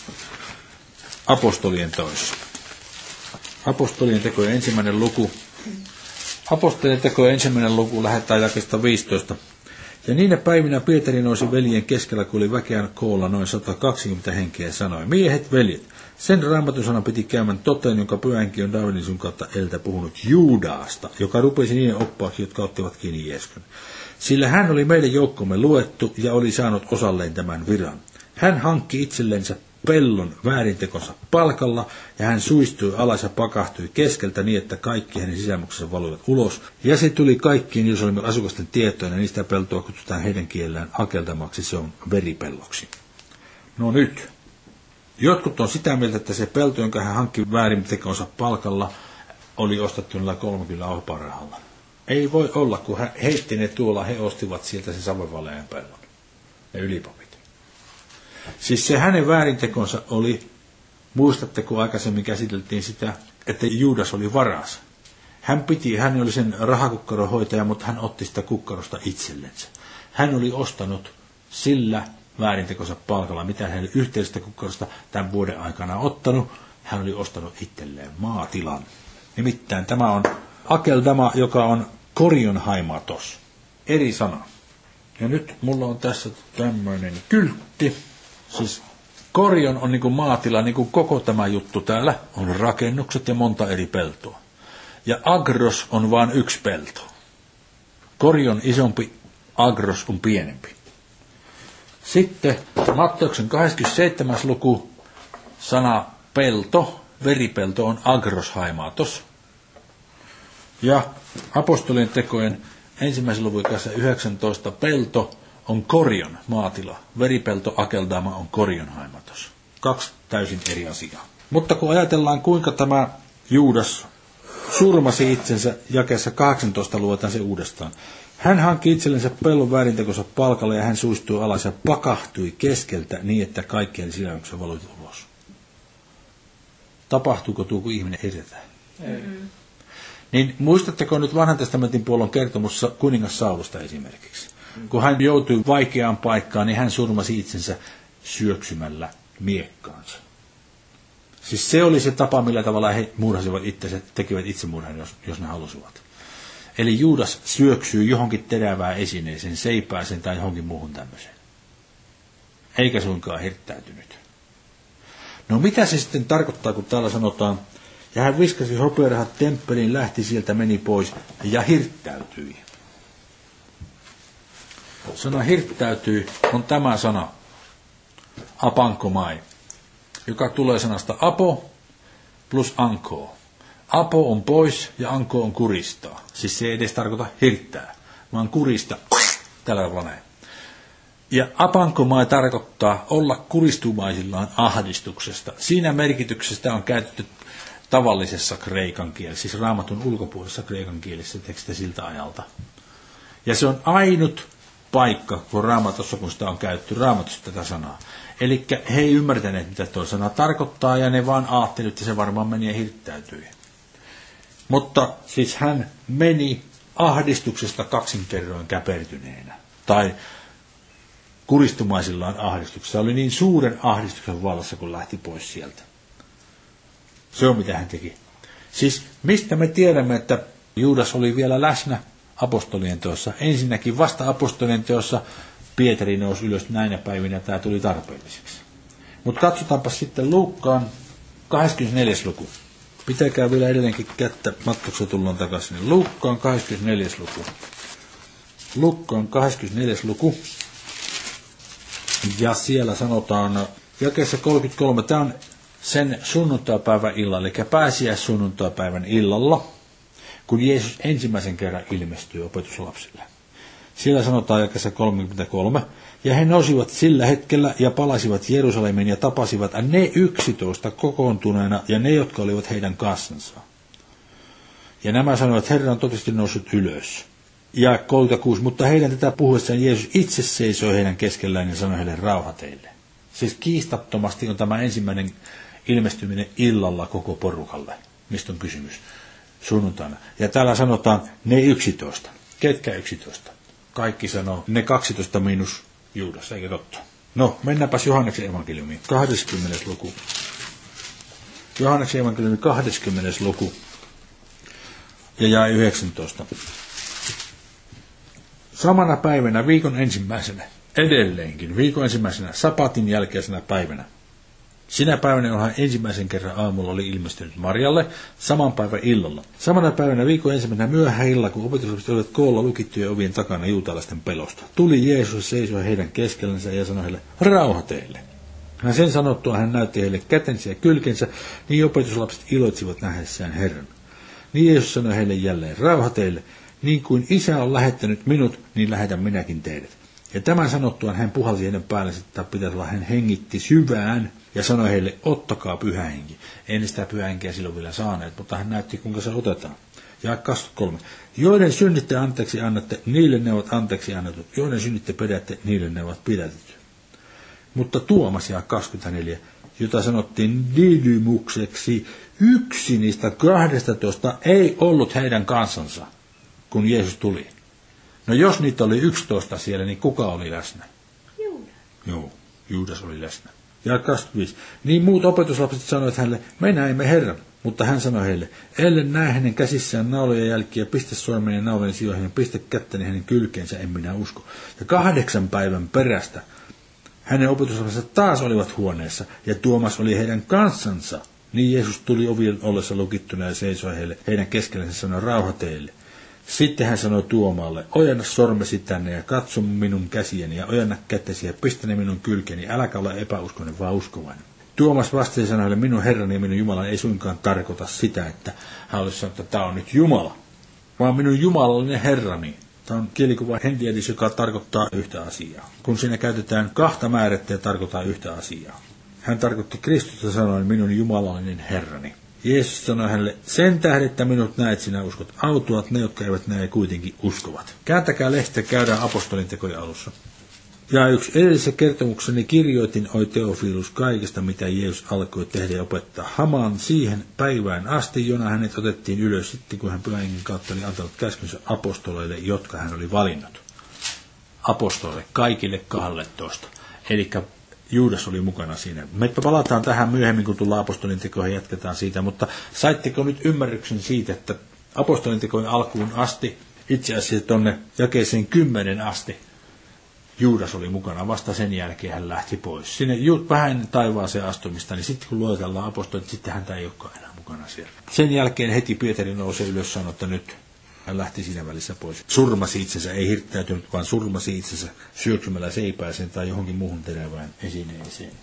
Speaker 1: apostolien toissa. Apostolien tekojen ensimmäinen luku. Apostolien tekojen ensimmäinen luku lähdetään jakeesta viisitoista. Ja niinä päivinä Pietari nousi veljen keskellä, kun oli väkeä koolla noin sata kaksikymmentä henkeä, ja sanoi, miehet, veljet, sen Raamatun sana piti käymän toteen, jonka pyhänkin on Daavidin sun kautta eltä puhunut Juudaasta, joka rupesi niiden oppaaksi, jotka ottivat kiinni Jeesuksen. Sillä hän oli meidän joukkomme luettu ja oli saanut osalleen tämän viran. Hän hankki itsellensä pellon väärintekonsa palkalla, ja hän suistui alas ja pakahtui keskeltä niin, että kaikki hänen sisämuksensa valuivat ulos. Ja se tuli kaikkien Jerusalemin asukasten tietoon, ja niistä peltoa kutsutaan heidän kielellään akeltamaksi, se on veripelloksi. No nyt. Jotkut on sitä mieltä, että se pelto, jonka hän hankki väärintekonsa palkalla, oli ostettu niillä kolmekymmentä hopearahalla. Ei voi olla, kun hän heitti ne tuolla, he ostivat sieltä se savevalean pellon, ne ylipapit. Siis se hänen väärintekonsa oli, muistatteko aikaisemmin käsiteltiin sitä, että Juudas oli varas. Hän piti, hän oli sen rahakukkaron hoitaja, mutta hän otti sitä kukkarosta itsellensä. Hän oli ostanut sillä väärintekonsa palkalla, mitä hän oli yhteisestä kukkarosta tämän vuoden aikana ottanut. Hän oli ostanut itselleen maatilan. Nimittäin tämä on akeldama, joka on korion haimatos. Eri sana. Ja nyt mulla on tässä tämmöinen kyltti. Siis korion on niin kuin maatila, niin kuin koko tämä juttu täällä, on rakennukset ja monta eri peltoa. Ja agros on vain yksi pelto. Korion isompi, agros on pienempi. Sitten Matteuksen kahdeskymmenesseitsemäs luku, sana pelto, veripelto on agroshaimatos. Ja apostolien tekojen ensimmäisen luvun kanssa yhdeksäntoista pelto on korion maatila. Veripelto akeldama on korion haimatos. Kaksi täysin eri asiaa. Mutta kun ajatellaan, kuinka tämä Juudas surmasi itsensä, jakeessa kahdeksantoista luetaan se uudestaan. Hän hankki itsellensä pellon väärintekonsa palkalle ja hän suistui alas ja pakahtui keskeltä niin, että kaikkien sisämyksen valuit ulos. Tapahtuuko tuo, kun ihminen hirtetään?
Speaker 3: Ei.
Speaker 1: Niin muistatteko nyt vanhan testamentin puolon kertomussa kuningas Saulusta esimerkiksi? Mm. Kun hän joutui vaikeaan paikkaan, niin hän surmasi itsensä syöksymällä miekkaansa. Siis se oli se tapa, millä tavalla he murhasivat itsensä, tekivät itsemurhan, jos, jos ne halusivat. Eli Juudas syöksyy johonkin terävään esineeseen, seipääseen tai johonkin muuhun tämmöiseen. Eikä suinkaan hirttäytynyt. No mitä se sitten tarkoittaa, kun täällä sanotaan, ja hän viskasi hopearahat temppeliin, lähti sieltä, meni pois ja hirttäytyi. Sana hirttäytyi on tämä sana, apankomai, joka tulee sanasta apo plus anko. Apo on pois ja anko on kuristaa. Siis se ei edes tarkoita hirttää, vaan kurista tällä tavalla näin. Ja apankomai tarkoittaa olla kuristumaisillaan ahdistuksesta. Siinä merkityksestä on käytetty tavallisessa kreikan kielessä, siis Raamatun ulkopuolisessa kreikan kielessä tekstistä siltä ajalta. Ja se on ainut paikka kuin Raamatussa, kun sitä on käytetty Raamatussa tätä sanaa. Eli he ei ymmärtäneet, mitä tuo sana tarkoittaa, ja ne vaan ajattelivat, että se varmaan meni ja hirttäytyi. Mutta siis hän meni ahdistuksesta kaksinkerroin käpertyneenä, tai kuristumaisillaan ahdistuksessa. Oli niin suuren ahdistuksen vallassa, kun lähti pois sieltä. Se on, mitä hän teki. Siis mistä me tiedämme, että Juudas oli vielä läsnä apostolien teossa? Ensinnäkin vasta apostolien teossa Pietari nousi ylös näinä päivinä, tämä tuli tarpeelliseksi. Mutta katsotaanpa sitten Luukkaan kahdeskymmenesneljäs luku. Pitäkää vielä edelleenkin kättä, matkassa tullaan takaisin. Luukkaan kahdeskymmenesneljäs luku. Luukkaan kahdeskymmenesneljäs luku. Ja siellä sanotaan, jakeessa kolmekymmentäkolme, tämä on sen sunnuntaipäivän illalla, eli pääsiäissunnuntaipäivän illalla, kun Jeesus ensimmäisen kerran ilmestyy opetuslapsille. Siellä sanotaan jakeessa kolmekymmentäkolme, ja he nousivat sillä hetkellä ja palasivat Jerusalemin ja tapasivat ne yksitoista kokoontuneena ja ne, jotka olivat heidän kanssansa. Ja nämä sanoivat, että Herra on totisesti noussut ylös. Ja kolmekymmentäkuusi, mutta heidän tätä puhuessaan Jeesus itse seisoi heidän keskellään ja sanoi heille, rauha teille. Siis kiistattomasti on tämä ensimmäinen ilmestyminen illalla koko porukalle. Mistä on kysymys? Sunnuntaina. Ja täällä sanotaan ne yksitoista. Ketkä yksitoista? Kaikki sanoo ne kaksitoista miinus Juudas, eikä totta? No, mennäänpäs Johanneksen evankeliumiin. kahdeskymmenes luku. Johanneksen evankeliumi kahdeskymmenes luku. Ja jae yhdeksäntoista. Samana päivänä, viikon ensimmäisenä, edelleenkin, viikon ensimmäisenä, sapatin jälkeisenä päivänä. Sinä päivänä, johon hän ensimmäisen kerran aamulla oli ilmestynyt Marjalle, saman päivän illalla. Samana päivänä viikon ensimmäisenä myöhään illalla, kun opetuslapset olivat koolla lukittujen ovien takana juutalaisten pelosta. Tuli Jeesus seisoi heidän keskellänsä ja sanoi heille, rauha teille. Hän sen sanottua hän näytti heille kätensä ja kylkensä, niin opetuslapset iloitsivat nähdessään Herran. Niin Jeesus sanoi heille jälleen, rauha teille, niin kuin Isä on lähettänyt minut, niin lähetän minäkin teidät. Ja tämän sanottuaan hän puhalsi heidän päällensä, että pitäisi olla, hän hengitti syvään ja sanoi heille, ottakaa pyhä henki. En sitä pyhä henkeä silloin vielä saaneet, mutta hän näytti, kuinka se otetaan. Ja kaksikymmentäkolme. Joiden synnit te anteeksi annatte, niille ne ovat anteeksi annetut. Joiden synnit te pidätte, niille ne ovat pidätetty. Mutta Tuomas ja kaksikymmentäneljä, jota sanottiin Didymukseksi, yksi niistä kahdestatoista ei ollut heidän kansansa, kun Jeesus tuli. No jos niitä oli yksitoista siellä, niin kuka oli läsnä?
Speaker 2: Juudas.
Speaker 1: Joo, Juudas oli läsnä. Ja kaksikymmentäviisi. Niin muut opetuslapset sanoivat hänelle, me näimme Herran. Mutta hän sanoi heille, ellen näe hänen käsissään nauloja jälkiä, pistä sormeni naulojen sijoihin ja pistä kättäni hänen kylkeensä, en minä usko. Ja kahdeksan päivän perästä hänen opetuslapsensa taas olivat huoneessa, ja Tuomas oli heidän kanssansa. Niin Jeesus tuli ovien ollessa lukittuna ja seisoi heille, heidän keskellänsä sanoi, rauha teille. Sitten hän sanoi Tuomaalle, ojenna sormesi tänne ja katso minun käsieni ja ojenna kätesi ja pistä ne minun kylkeni, äläkä olla epäuskoinen, vaan uskovainen. Tuomas vastasi sanoille, minun Herrani ja minun Jumala ei suinkaan tarkoita sitä, että hän olisi sanonut, että tämä on nyt Jumala, vaan minun Jumalallinen Herrani. Tämä on kielikuva henkiedis, joka tarkoittaa yhtä asiaa. Kun siinä käytetään kahta määrettä ja tarkoittaa yhtä asiaa. Hän tarkoitti Kristusta sanoen, minun Jumalallinen Herrani. Jeesus sanoi hänelle, sen tähden, että minut näet, sinä uskot. Autuat ne, jotka eivät näe, kuitenkin uskovat. Kääntäkää lehtiä, käydään apostolin tekojen alussa. Ja yksi edellisessä kertomukseni kirjoitin, oi Teofilus, kaikesta, mitä Jeesus alkoi tehdä ja opettaa Hamaan siihen päivään asti, jona hänet otettiin ylös sitten, kun hän Pyhän Hengen kautta oli antanut käskynsä apostoleille, jotka hän oli valinnut. Apostoleille, kaikille kahdelletoista. Eli Juudas oli mukana siinä. Me palataan tähän myöhemmin, kun tullaan apostolin tekoihin, jatketaan siitä, mutta saitteko nyt ymmärryksen siitä, että apostolin tekojen alkuun asti, itse asiassa tuonne jakeeseen kymmenen asti, Juudas oli mukana, vasta sen jälkeen hän lähti pois. Sinne vähän ennen taivaaseen astumista, niin sitten kun luetellaan apostolit, sitten häntä ei olekaan enää mukana siellä. Sen jälkeen heti Pietari nousee ylös, sanoi, että nyt hän lähti siinä välissä pois. Surmasi itsensä, ei hirttäytynyt, vaan surmasi itsensä syöksymällä seipäiseen tai johonkin muuhun terävään esineeseen.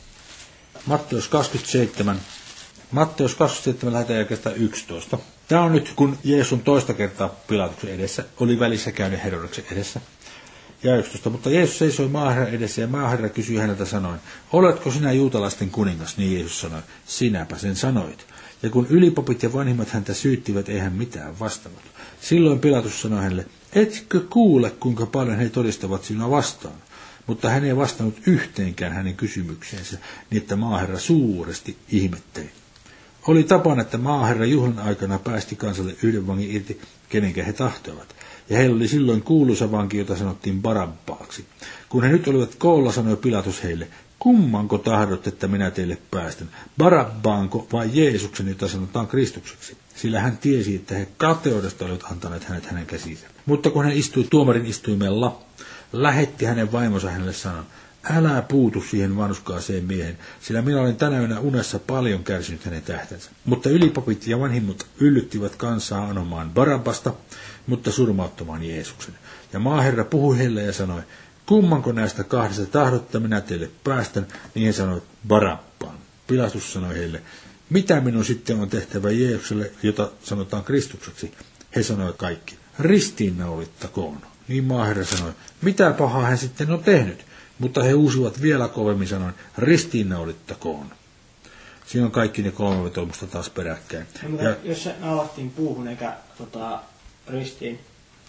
Speaker 1: Matteus kaksikymmentäseitsemän. Matteus kaksikymmentäseitsemän lähdetään jälkeen yksitoista. Tämä on nyt, kun Jeesus on toista kertaa Pilatuksen edessä, oli välissä käynyt Herodeksen edessä. Ja yksitoista. Mutta Jeesus seisoi maaherran edessä ja maaherra kysyi häneltä sanoen, oletko sinä juutalaisten kuningas? Niin Jeesus sanoi, sinäpä sen sanoit. Ja kun ylipapit ja vanhimmat häntä syyttivät, ei hän mitään vastannut. Silloin Pilatus sanoi hänelle, etkö kuule, kuinka paljon he todistavat sinua vastaan? Mutta hän ei vastannut yhteenkään hänen kysymykseensä, niin että maaherra suuresti ihmetteli. Oli tapana, että maaherra juhlan aikana päästi kansalle yhden vangin irti, kenenkä he tahtoivat. Ja heillä oli silloin kuuluisa vanki, jota sanottiin Barabbaaksi. Kun he nyt olivat koolla, sanoi Pilatus heille, kummanko tahdot, että minä teille päästän, Barabbaanko vai Jeesuksen, jota sanotaan Kristukseksi? Sillä hän tiesi, että he kateudesta olivat antaneet hänet hänen käsiinsä. Mutta kun hän istui tuomarin istuimella, lähetti hänen vaimonsa hänelle sanan, älä puutu siihen vanhuskaaseen miehen, sillä minä olen tänä yönä unessa paljon kärsinyt hänen tähtensä. Mutta ylipapit ja vanhimmat yllyttivät kansaa anomaan Barabbasta, mutta surmauttomaan Jeesuksen. Ja maaherra puhui heille ja sanoi, kummanko näistä kahdesta tahdotta minä teille päästän, niin he sanoivat Barabbaan. Pilatus sanoi heille, mitä minun sitten on tehtävä Jeesukselle, jota sanotaan Kristukseksi? He sanoivat kaikki, ristiinnaulittakoon. Niin maaherra sanoi, mitä pahaa hän sitten on tehnyt? Mutta he uusivat vielä kovemmin sanoen, ristiinnaulittakoon. Siinä on kaikki ne kolme vetoomusta taas peräkkäin.
Speaker 3: No, ja, jos se naulattiin puuhun eikä tota, ristiin,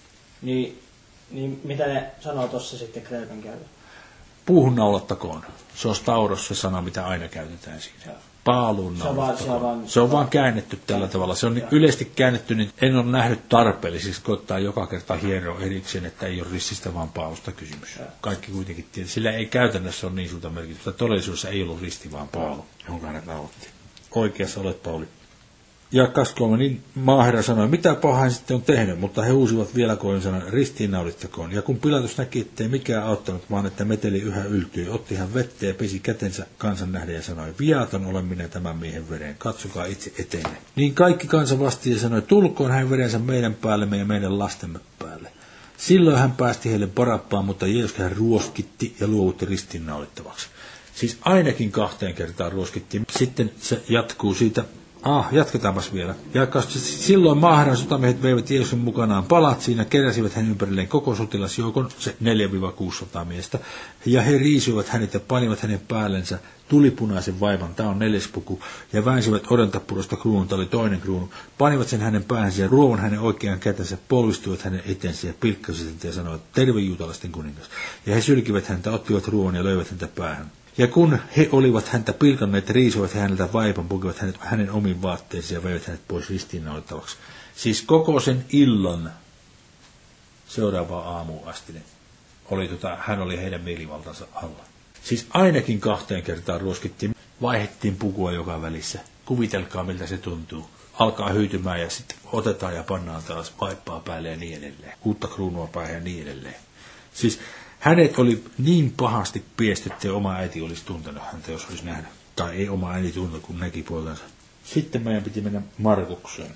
Speaker 3: niin, niin mitä ne sanoo tuossa sitten kreikan kielellä?
Speaker 1: Puuhun naulattakoon. Se on stauros se sana, mitä aina käytetään siinä. Paaluun naulattakoon. Se, se on vaan käännetty tällä tavalla. Se on niin yleisesti käännetty, niin en ole nähnyt tarpeellisiksi koittaa joka kerta hieroa erikseen, että ei ole rististä, vaan paalusta kysymys. Ja. Kaikki kuitenkin tietää. Sillä ei käytännössä ole niin suurta merkitystä. Todellisuudessa ei ollut risti, vaan paalu, jonka hänet naulattiin. Oikeassa olet, Pauli. Ja kaksikymmentäkolme, niin maaherra sanoi, mitä pahaa hän sitten on tehnyt, mutta he uusivat vielä koin sanan, ristiinnaulittakoon. Ja kun Pilatus näki, ettei mikään auttanut, vaan että meteli yhä yltyi, otti hän vettä ja pesi kätensä kansan nähden ja sanoi, viaton olen minä tämän miehen veren, katsokaa itse eteenne. Niin kaikki kansa vasti ja sanoi, tulkoon hän verensä meidän päällemme ja meidän lastemme päälle. Silloin hän päästi heille Barabbaan, mutta Jeesus hän ruoskitti ja luovutti ristiinnaulittavaksi. Siis ainakin kahteen kertaan ruoskittiin. Sitten se jatkuu siitä. Ah, jatketaanpas vielä. Ja silloin maaherran sotamiehet veivät Jeesuksen mukanaan palatsiin ja keräsivät hänen ympärilleen koko sotilasjoukon, se neljä kuusisataa miestä. Ja he riisuivat hänet ja panivat hänen päällensä tulipunaisen vaivan, tämä on neljäs puku, ja väänsivät odantappurosta kruunun, tämä oli toinen kruunu. Panivat sen hänen päänsä ja ruovon hänen oikean kätensä, polvistuivat hänen etensä ja pilkkasivat häntä ja sanoivat, terve juutalaisten kuningas. Ja he sylkivät häntä, ottivat ruovon ja löivät häntä päähän. Ja kun he olivat häntä pilkanneet, riisuivat he häneltä vaipan, pukivat hänet hänen omiin vaatteisiin ja veivät hänet pois ristiinnaulittavaksi. Siis koko sen illan seuraavaan aamuun asti oli tota, hän oli heidän mielivaltansa alla. Siis ainakin kahteen kertaan ruoskittiin, vaihdettiin pukua joka välissä. Kuvitelkaa miltä se tuntuu. Alkaa hyytymään ja sitten otetaan ja pannaan taas vaippaa päälle ja niin edelleen. Uutta kruunua päälle ja niin edelleen. Siis hänet oli niin pahasti piestetty, että oma äiti olisi tuntenut häntä, jos olisi nähnyt. Tai ei oma äiti tuntenut, kun näki poikansa. Sitten meidän piti mennä Markukseen.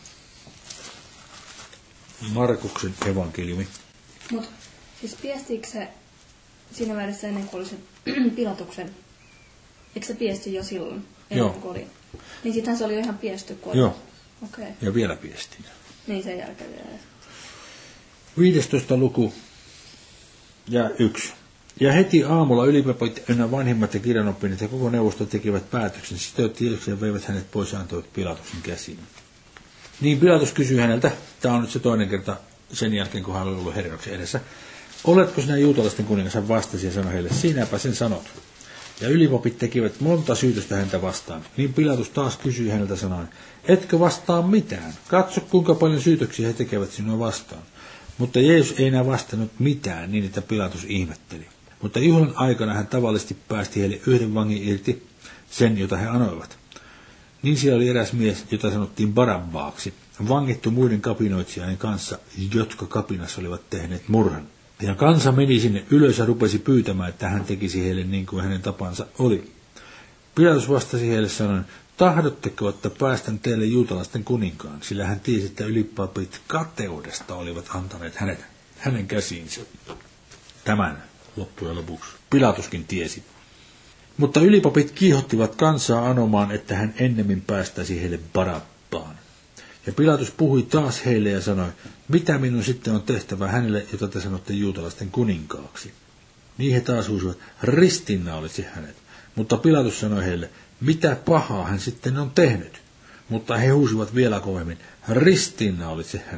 Speaker 1: Markuksen evankeliumi.
Speaker 2: Mutta siis piestikö se siinä välissä ennen kuin oli se Pilatuksen? Eikö se piesti jo silloin? Ennen kuin oli? Niin sittenhän se oli jo ihan piesty. Kun
Speaker 1: Joo.
Speaker 2: Okei. Okay.
Speaker 1: Ja vielä piestiin.
Speaker 2: Niin sen jälkeen vielä.
Speaker 1: viidestoista luku. Ja yksi. Ja heti aamulla ylipapit ynnä vanhimmat ja kirjanoppineet ja koko neuvosto tekivät päätöksen, sitoutti Jeesuksen ja veivät hänet pois ja antoivat Pilatuksen käsiin. Niin Pilatus kysyi häneltä, tämä on nyt se toinen kerta sen jälkeen, kun hän oli ollut herroksen edessä, oletko sinä juutalaisten kuningas? Hän vastasi ja sanoi heille, sinäpä sen sanot. Ja ylipapit tekivät monta syytöstä häntä vastaan. Niin Pilatus taas kysyi häneltä sanoen, etkö vastaa mitään? Katso, kuinka paljon syytöksiä he tekevät sinua vastaan. Mutta Jeesus ei enää vastannut mitään niin, että Pilatus ihmetteli. Mutta juhlan aikana hän tavallisesti päästi heille yhden vangin irti, sen jota he anoivat. Niin siellä oli eräs mies, jota sanottiin Barabbaaksi, vangittu muiden kapinoitsijainen kanssa, jotka kapinassa olivat tehneet murhan. Ja kansa meni sinne ylös ja rupesi pyytämään, että hän tekisi heille niin kuin hänen tapansa oli. Pilatus vastasi heille sanoen, tahdotteko, että päästän teille juutalaisten kuninkaan, sillä hän tiesi, että ylipapit kateudesta olivat antaneet hänet, hänen käsiinsä. Tämän loppujen lopuksi Pilatuskin tiesi. Mutta ylipapit kiihottivat kansaa anomaan, että hän ennemmin päästäisi heille Barabbaan. Ja Pilatus puhui taas heille ja sanoi, mitä minun sitten on tehtävä hänelle, jota te sanotte juutalaisten kuninkaaksi. Niin he taas huusivat, ristiinnaulitsi hänet. Mutta Pilatus sanoi heille, mitä pahaa hän sitten on tehnyt. Mutta he huusivat vielä kovemmin, ristiinnaulitsi hänet.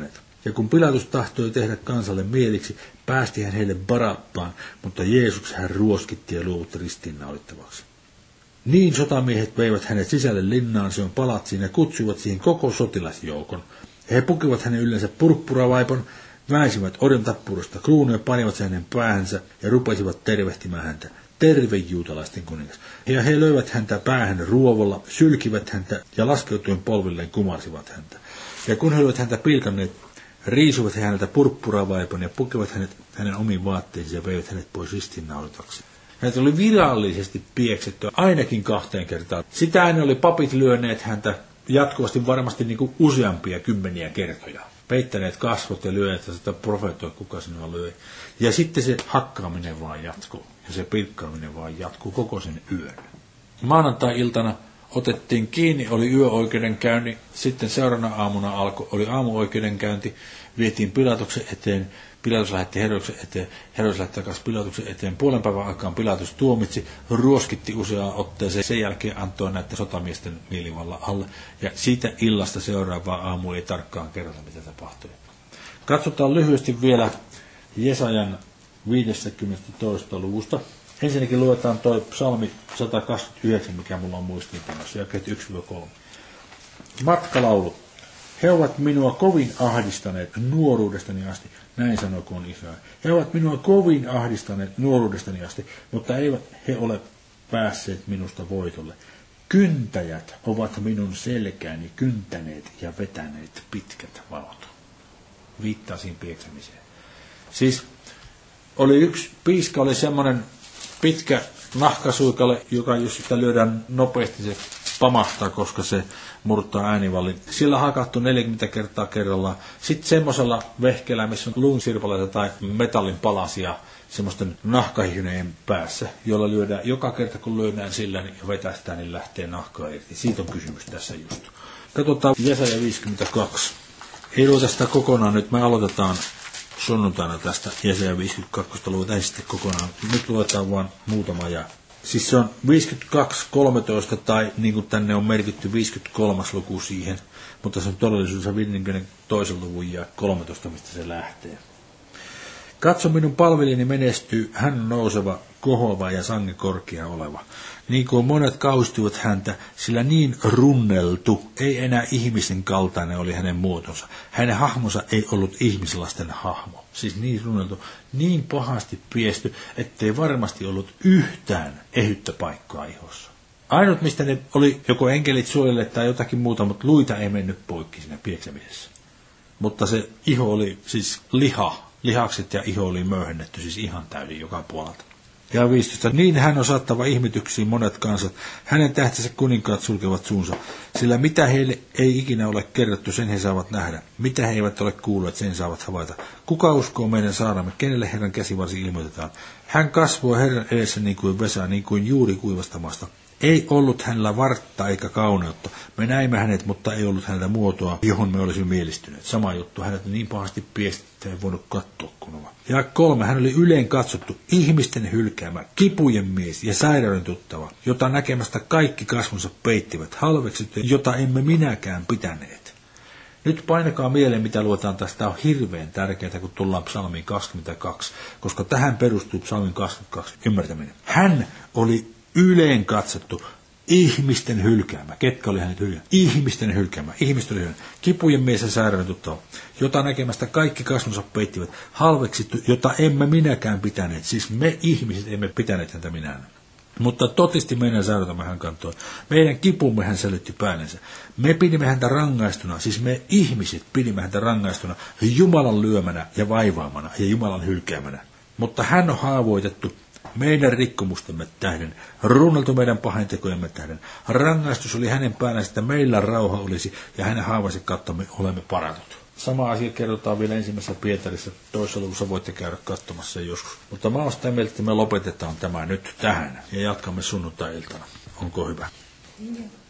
Speaker 1: Ja kun Pilatus tahtoi tehdä kansalle mieliksi, päästi hän heille Barabbaan, mutta Jeesuksen hän ruoskitti ja luovutti ristiinnaulittavaksi. Niin sotamiehet veivät hänet sisälle linnaan, se on palatsiin, ja kutsuivat siihen koko sotilasjoukon. He pukivat hänen yleensä purppuravaipon, väisivät orjantappurosta kruunuja, panivat sen hänen päähänsä ja rupesivat tervehtimään häntä. Terve juutalaisten kuningas. Ja he löivät häntä päähän ruovolla, sylkivät häntä ja laskeutuen polvilleen kumarsivat häntä. Ja kun he olivat häntä pilkanneet, riisuvat he häneltä purppuravaipon ja pukevat hänet hänen omiin vaatteisiin ja veivät hänet pois ristiinnaulitaksi. Hänet oli virallisesti pieksetty ainakin kahteen kertaan. Sitä ennen oli papit lyöneet häntä jatkuvasti varmasti niin kuin useampia kymmeniä kertoja. Peittäneet kasvot ja lyöneet sitä profeettoa, kuka sinua löi. Ja sitten se hakkaaminen vaan jatkuu. Ja se pilkkaaminen vaan jatkuu koko sen yön. Maanantai-iltana otettiin kiinni, oli yöoikeudenkäynti. Sitten seuraavana aamuna alkoi, oli aamuoikeudenkäynti. Vietiin Pilatuksen eteen. Pilatus lähetti Herodeksen eteen. Herodes lähetti takaisin Pilatuksen eteen. Puolen päivän aikaan Pilatus tuomitsi, ruoskitti useaan otteeseen. Sen jälkeen antoi näiden sotamiesten mielivallan alle. Ja siitä illasta seuraavaan aamuun ei tarkkaan kerrota, mitä tapahtui. Katsotaan lyhyesti vielä Jesajan viideskymmenestoinen luvusta. Ensinnäkin luetaan toi psalmi sata kaksikymmentäyhdeksän, mikä mulla on muistiinpanossa, jakeet yksi kolme. Matkalaulu. He ovat minua kovin ahdistaneet nuoruudestani asti, näin sanokoon Israel. He ovat minua kovin ahdistaneet nuoruudestani asti, mutta eivät he ole päässeet minusta voitolle. Kyntäjät ovat minun selkääni kyntäneet ja vetäneet pitkät valot. Viittaa siinä pieksämiseen. Siis oli yksi piiska, oli semmoinen pitkä nahkasuikale, joka jos sitä lyödään nopeasti, se pamahtaa, koska se murtaa äänivallin. Sillä hakattu neljäkymmentä kertaa kerrallaan. Sitten semmoisella vehkeellä, missä on luunsirpaleita tai metallin palasia semmoisten nahkahihneen päässä, jolla lyödään, joka kerta kun lyödään sillä niin vetästään, niin lähtee nahkaa irti. Siitä on kysymys tässä just. Katsotaan Jesaja viisikymmentäkaksi. Ei luota sitä kokonaan nyt, me aloitetaan sunnuntaina tästä Jesaja viisikymmentäkaksi, luetaan sitten kokonaan. Nyt luetaan vain muutama ja. Siis se on viisikymmentäkaksi kolmetoista tai niin kuin tänne on merkitty viisikymmentäkolmas luku siihen, mutta se on todellisuudessa viisikymmentätoinen luvun ja kolmetoista, mistä se lähtee. Katso minun palvelijani menestyy, hän on nouseva, kohoava ja sange korkea oleva. Niin kuin monet kauhistuivat häntä, sillä niin runneltu, ei enää ihmisen kaltainen oli hänen muotonsa. Hänen hahmonsa ei ollut ihmislasten hahmo. Siis niin runneltu, niin pahasti piesty, ettei varmasti ollut yhtään ehyttä paikkaa ihossa. Ainut, mistä ne oli joko enkelit suojelle tai jotakin muuta, mutta luita ei mennyt poikki siinä pieksämisessä. Mutta se iho oli siis liha. Lihakset ja iho oli möyhennetty, siis ihan täysin joka puolelta. Ja viisitoista. Niin hän on saattava ihmetyksiin monet kansat. Hänen tähtensä kuninkaat sulkevat suunsa. Sillä mitä heille ei ikinä ole kerrottu, sen he saavat nähdä. Mitä he eivät ole kuulleet, sen saavat havaita. Kuka uskoo meidän saaramme? Kenelle Herran käsivarsi ilmoitetaan? Hän kasvoi Herran edessä niin kuin Vesa, niin kuin juuri kuivasta maasta. Ei ollut hänellä vartta eikä kauneutta. Me näimme hänet, mutta ei ollut hänellä muotoa, johon me olisimme mielistyneet. Sama juttu, hänet niin pahasti piesti, että ei voinut katsoa kunnolla. Ja kolme, hän oli yleen katsottu, ihmisten hylkäämä, kipujen mies ja sairauden tuttava, jota näkemästä kaikki kasvonsa peittivät, halveksittu, jota emme minäkään pitäneet. Nyt painakaa mieleen, mitä luetaan tästä. Tämä on hirveän tärkeää, kun tullaan psalmiin kaksikymmentäkaksi, koska tähän perustuu psalmin kaksikymmentäkaksi ymmärtäminen. Hän oli yleen katsottu, ihmisten hylkäämä. Ketkä oli hänet hylkäämä? Ihmisten hylkäämä. Ihmisten hylkäämä. Kipujen mies ja sairauden tuttava, jota näkemästä kaikki kasvonsa peittivät, halveksittu, jota emme minäkään pitäneet. Siis me ihmiset emme pitäneet häntä minään. Mutta totisti meidän sairautamme hän kantoi. Meidän kipumme hän sälytti päällensä. Me pidimme häntä rangaistuna, siis me ihmiset pidimme häntä rangaistuna, Jumalan lyömänä ja vaivaamana ja Jumalan hylkäämänä. Mutta hän on haavoitettu meidän rikkomustemme tähden, runneltu meidän pahentekojemme tähden. Rangaistus oli hänen päällään, että meillä rauha olisi, ja hänen haavansa kattomme olemme parannut. Sama asia kerrotaan vielä ensimmäisessä Pietarissa, toisessa luvussa voitte käydä katsomassa joskus. Mutta mä oon sitä mieltä, että me lopetetaan tämä nyt tähän, ja jatkamme sunnuntai-iltana. Onko hyvä? Joo.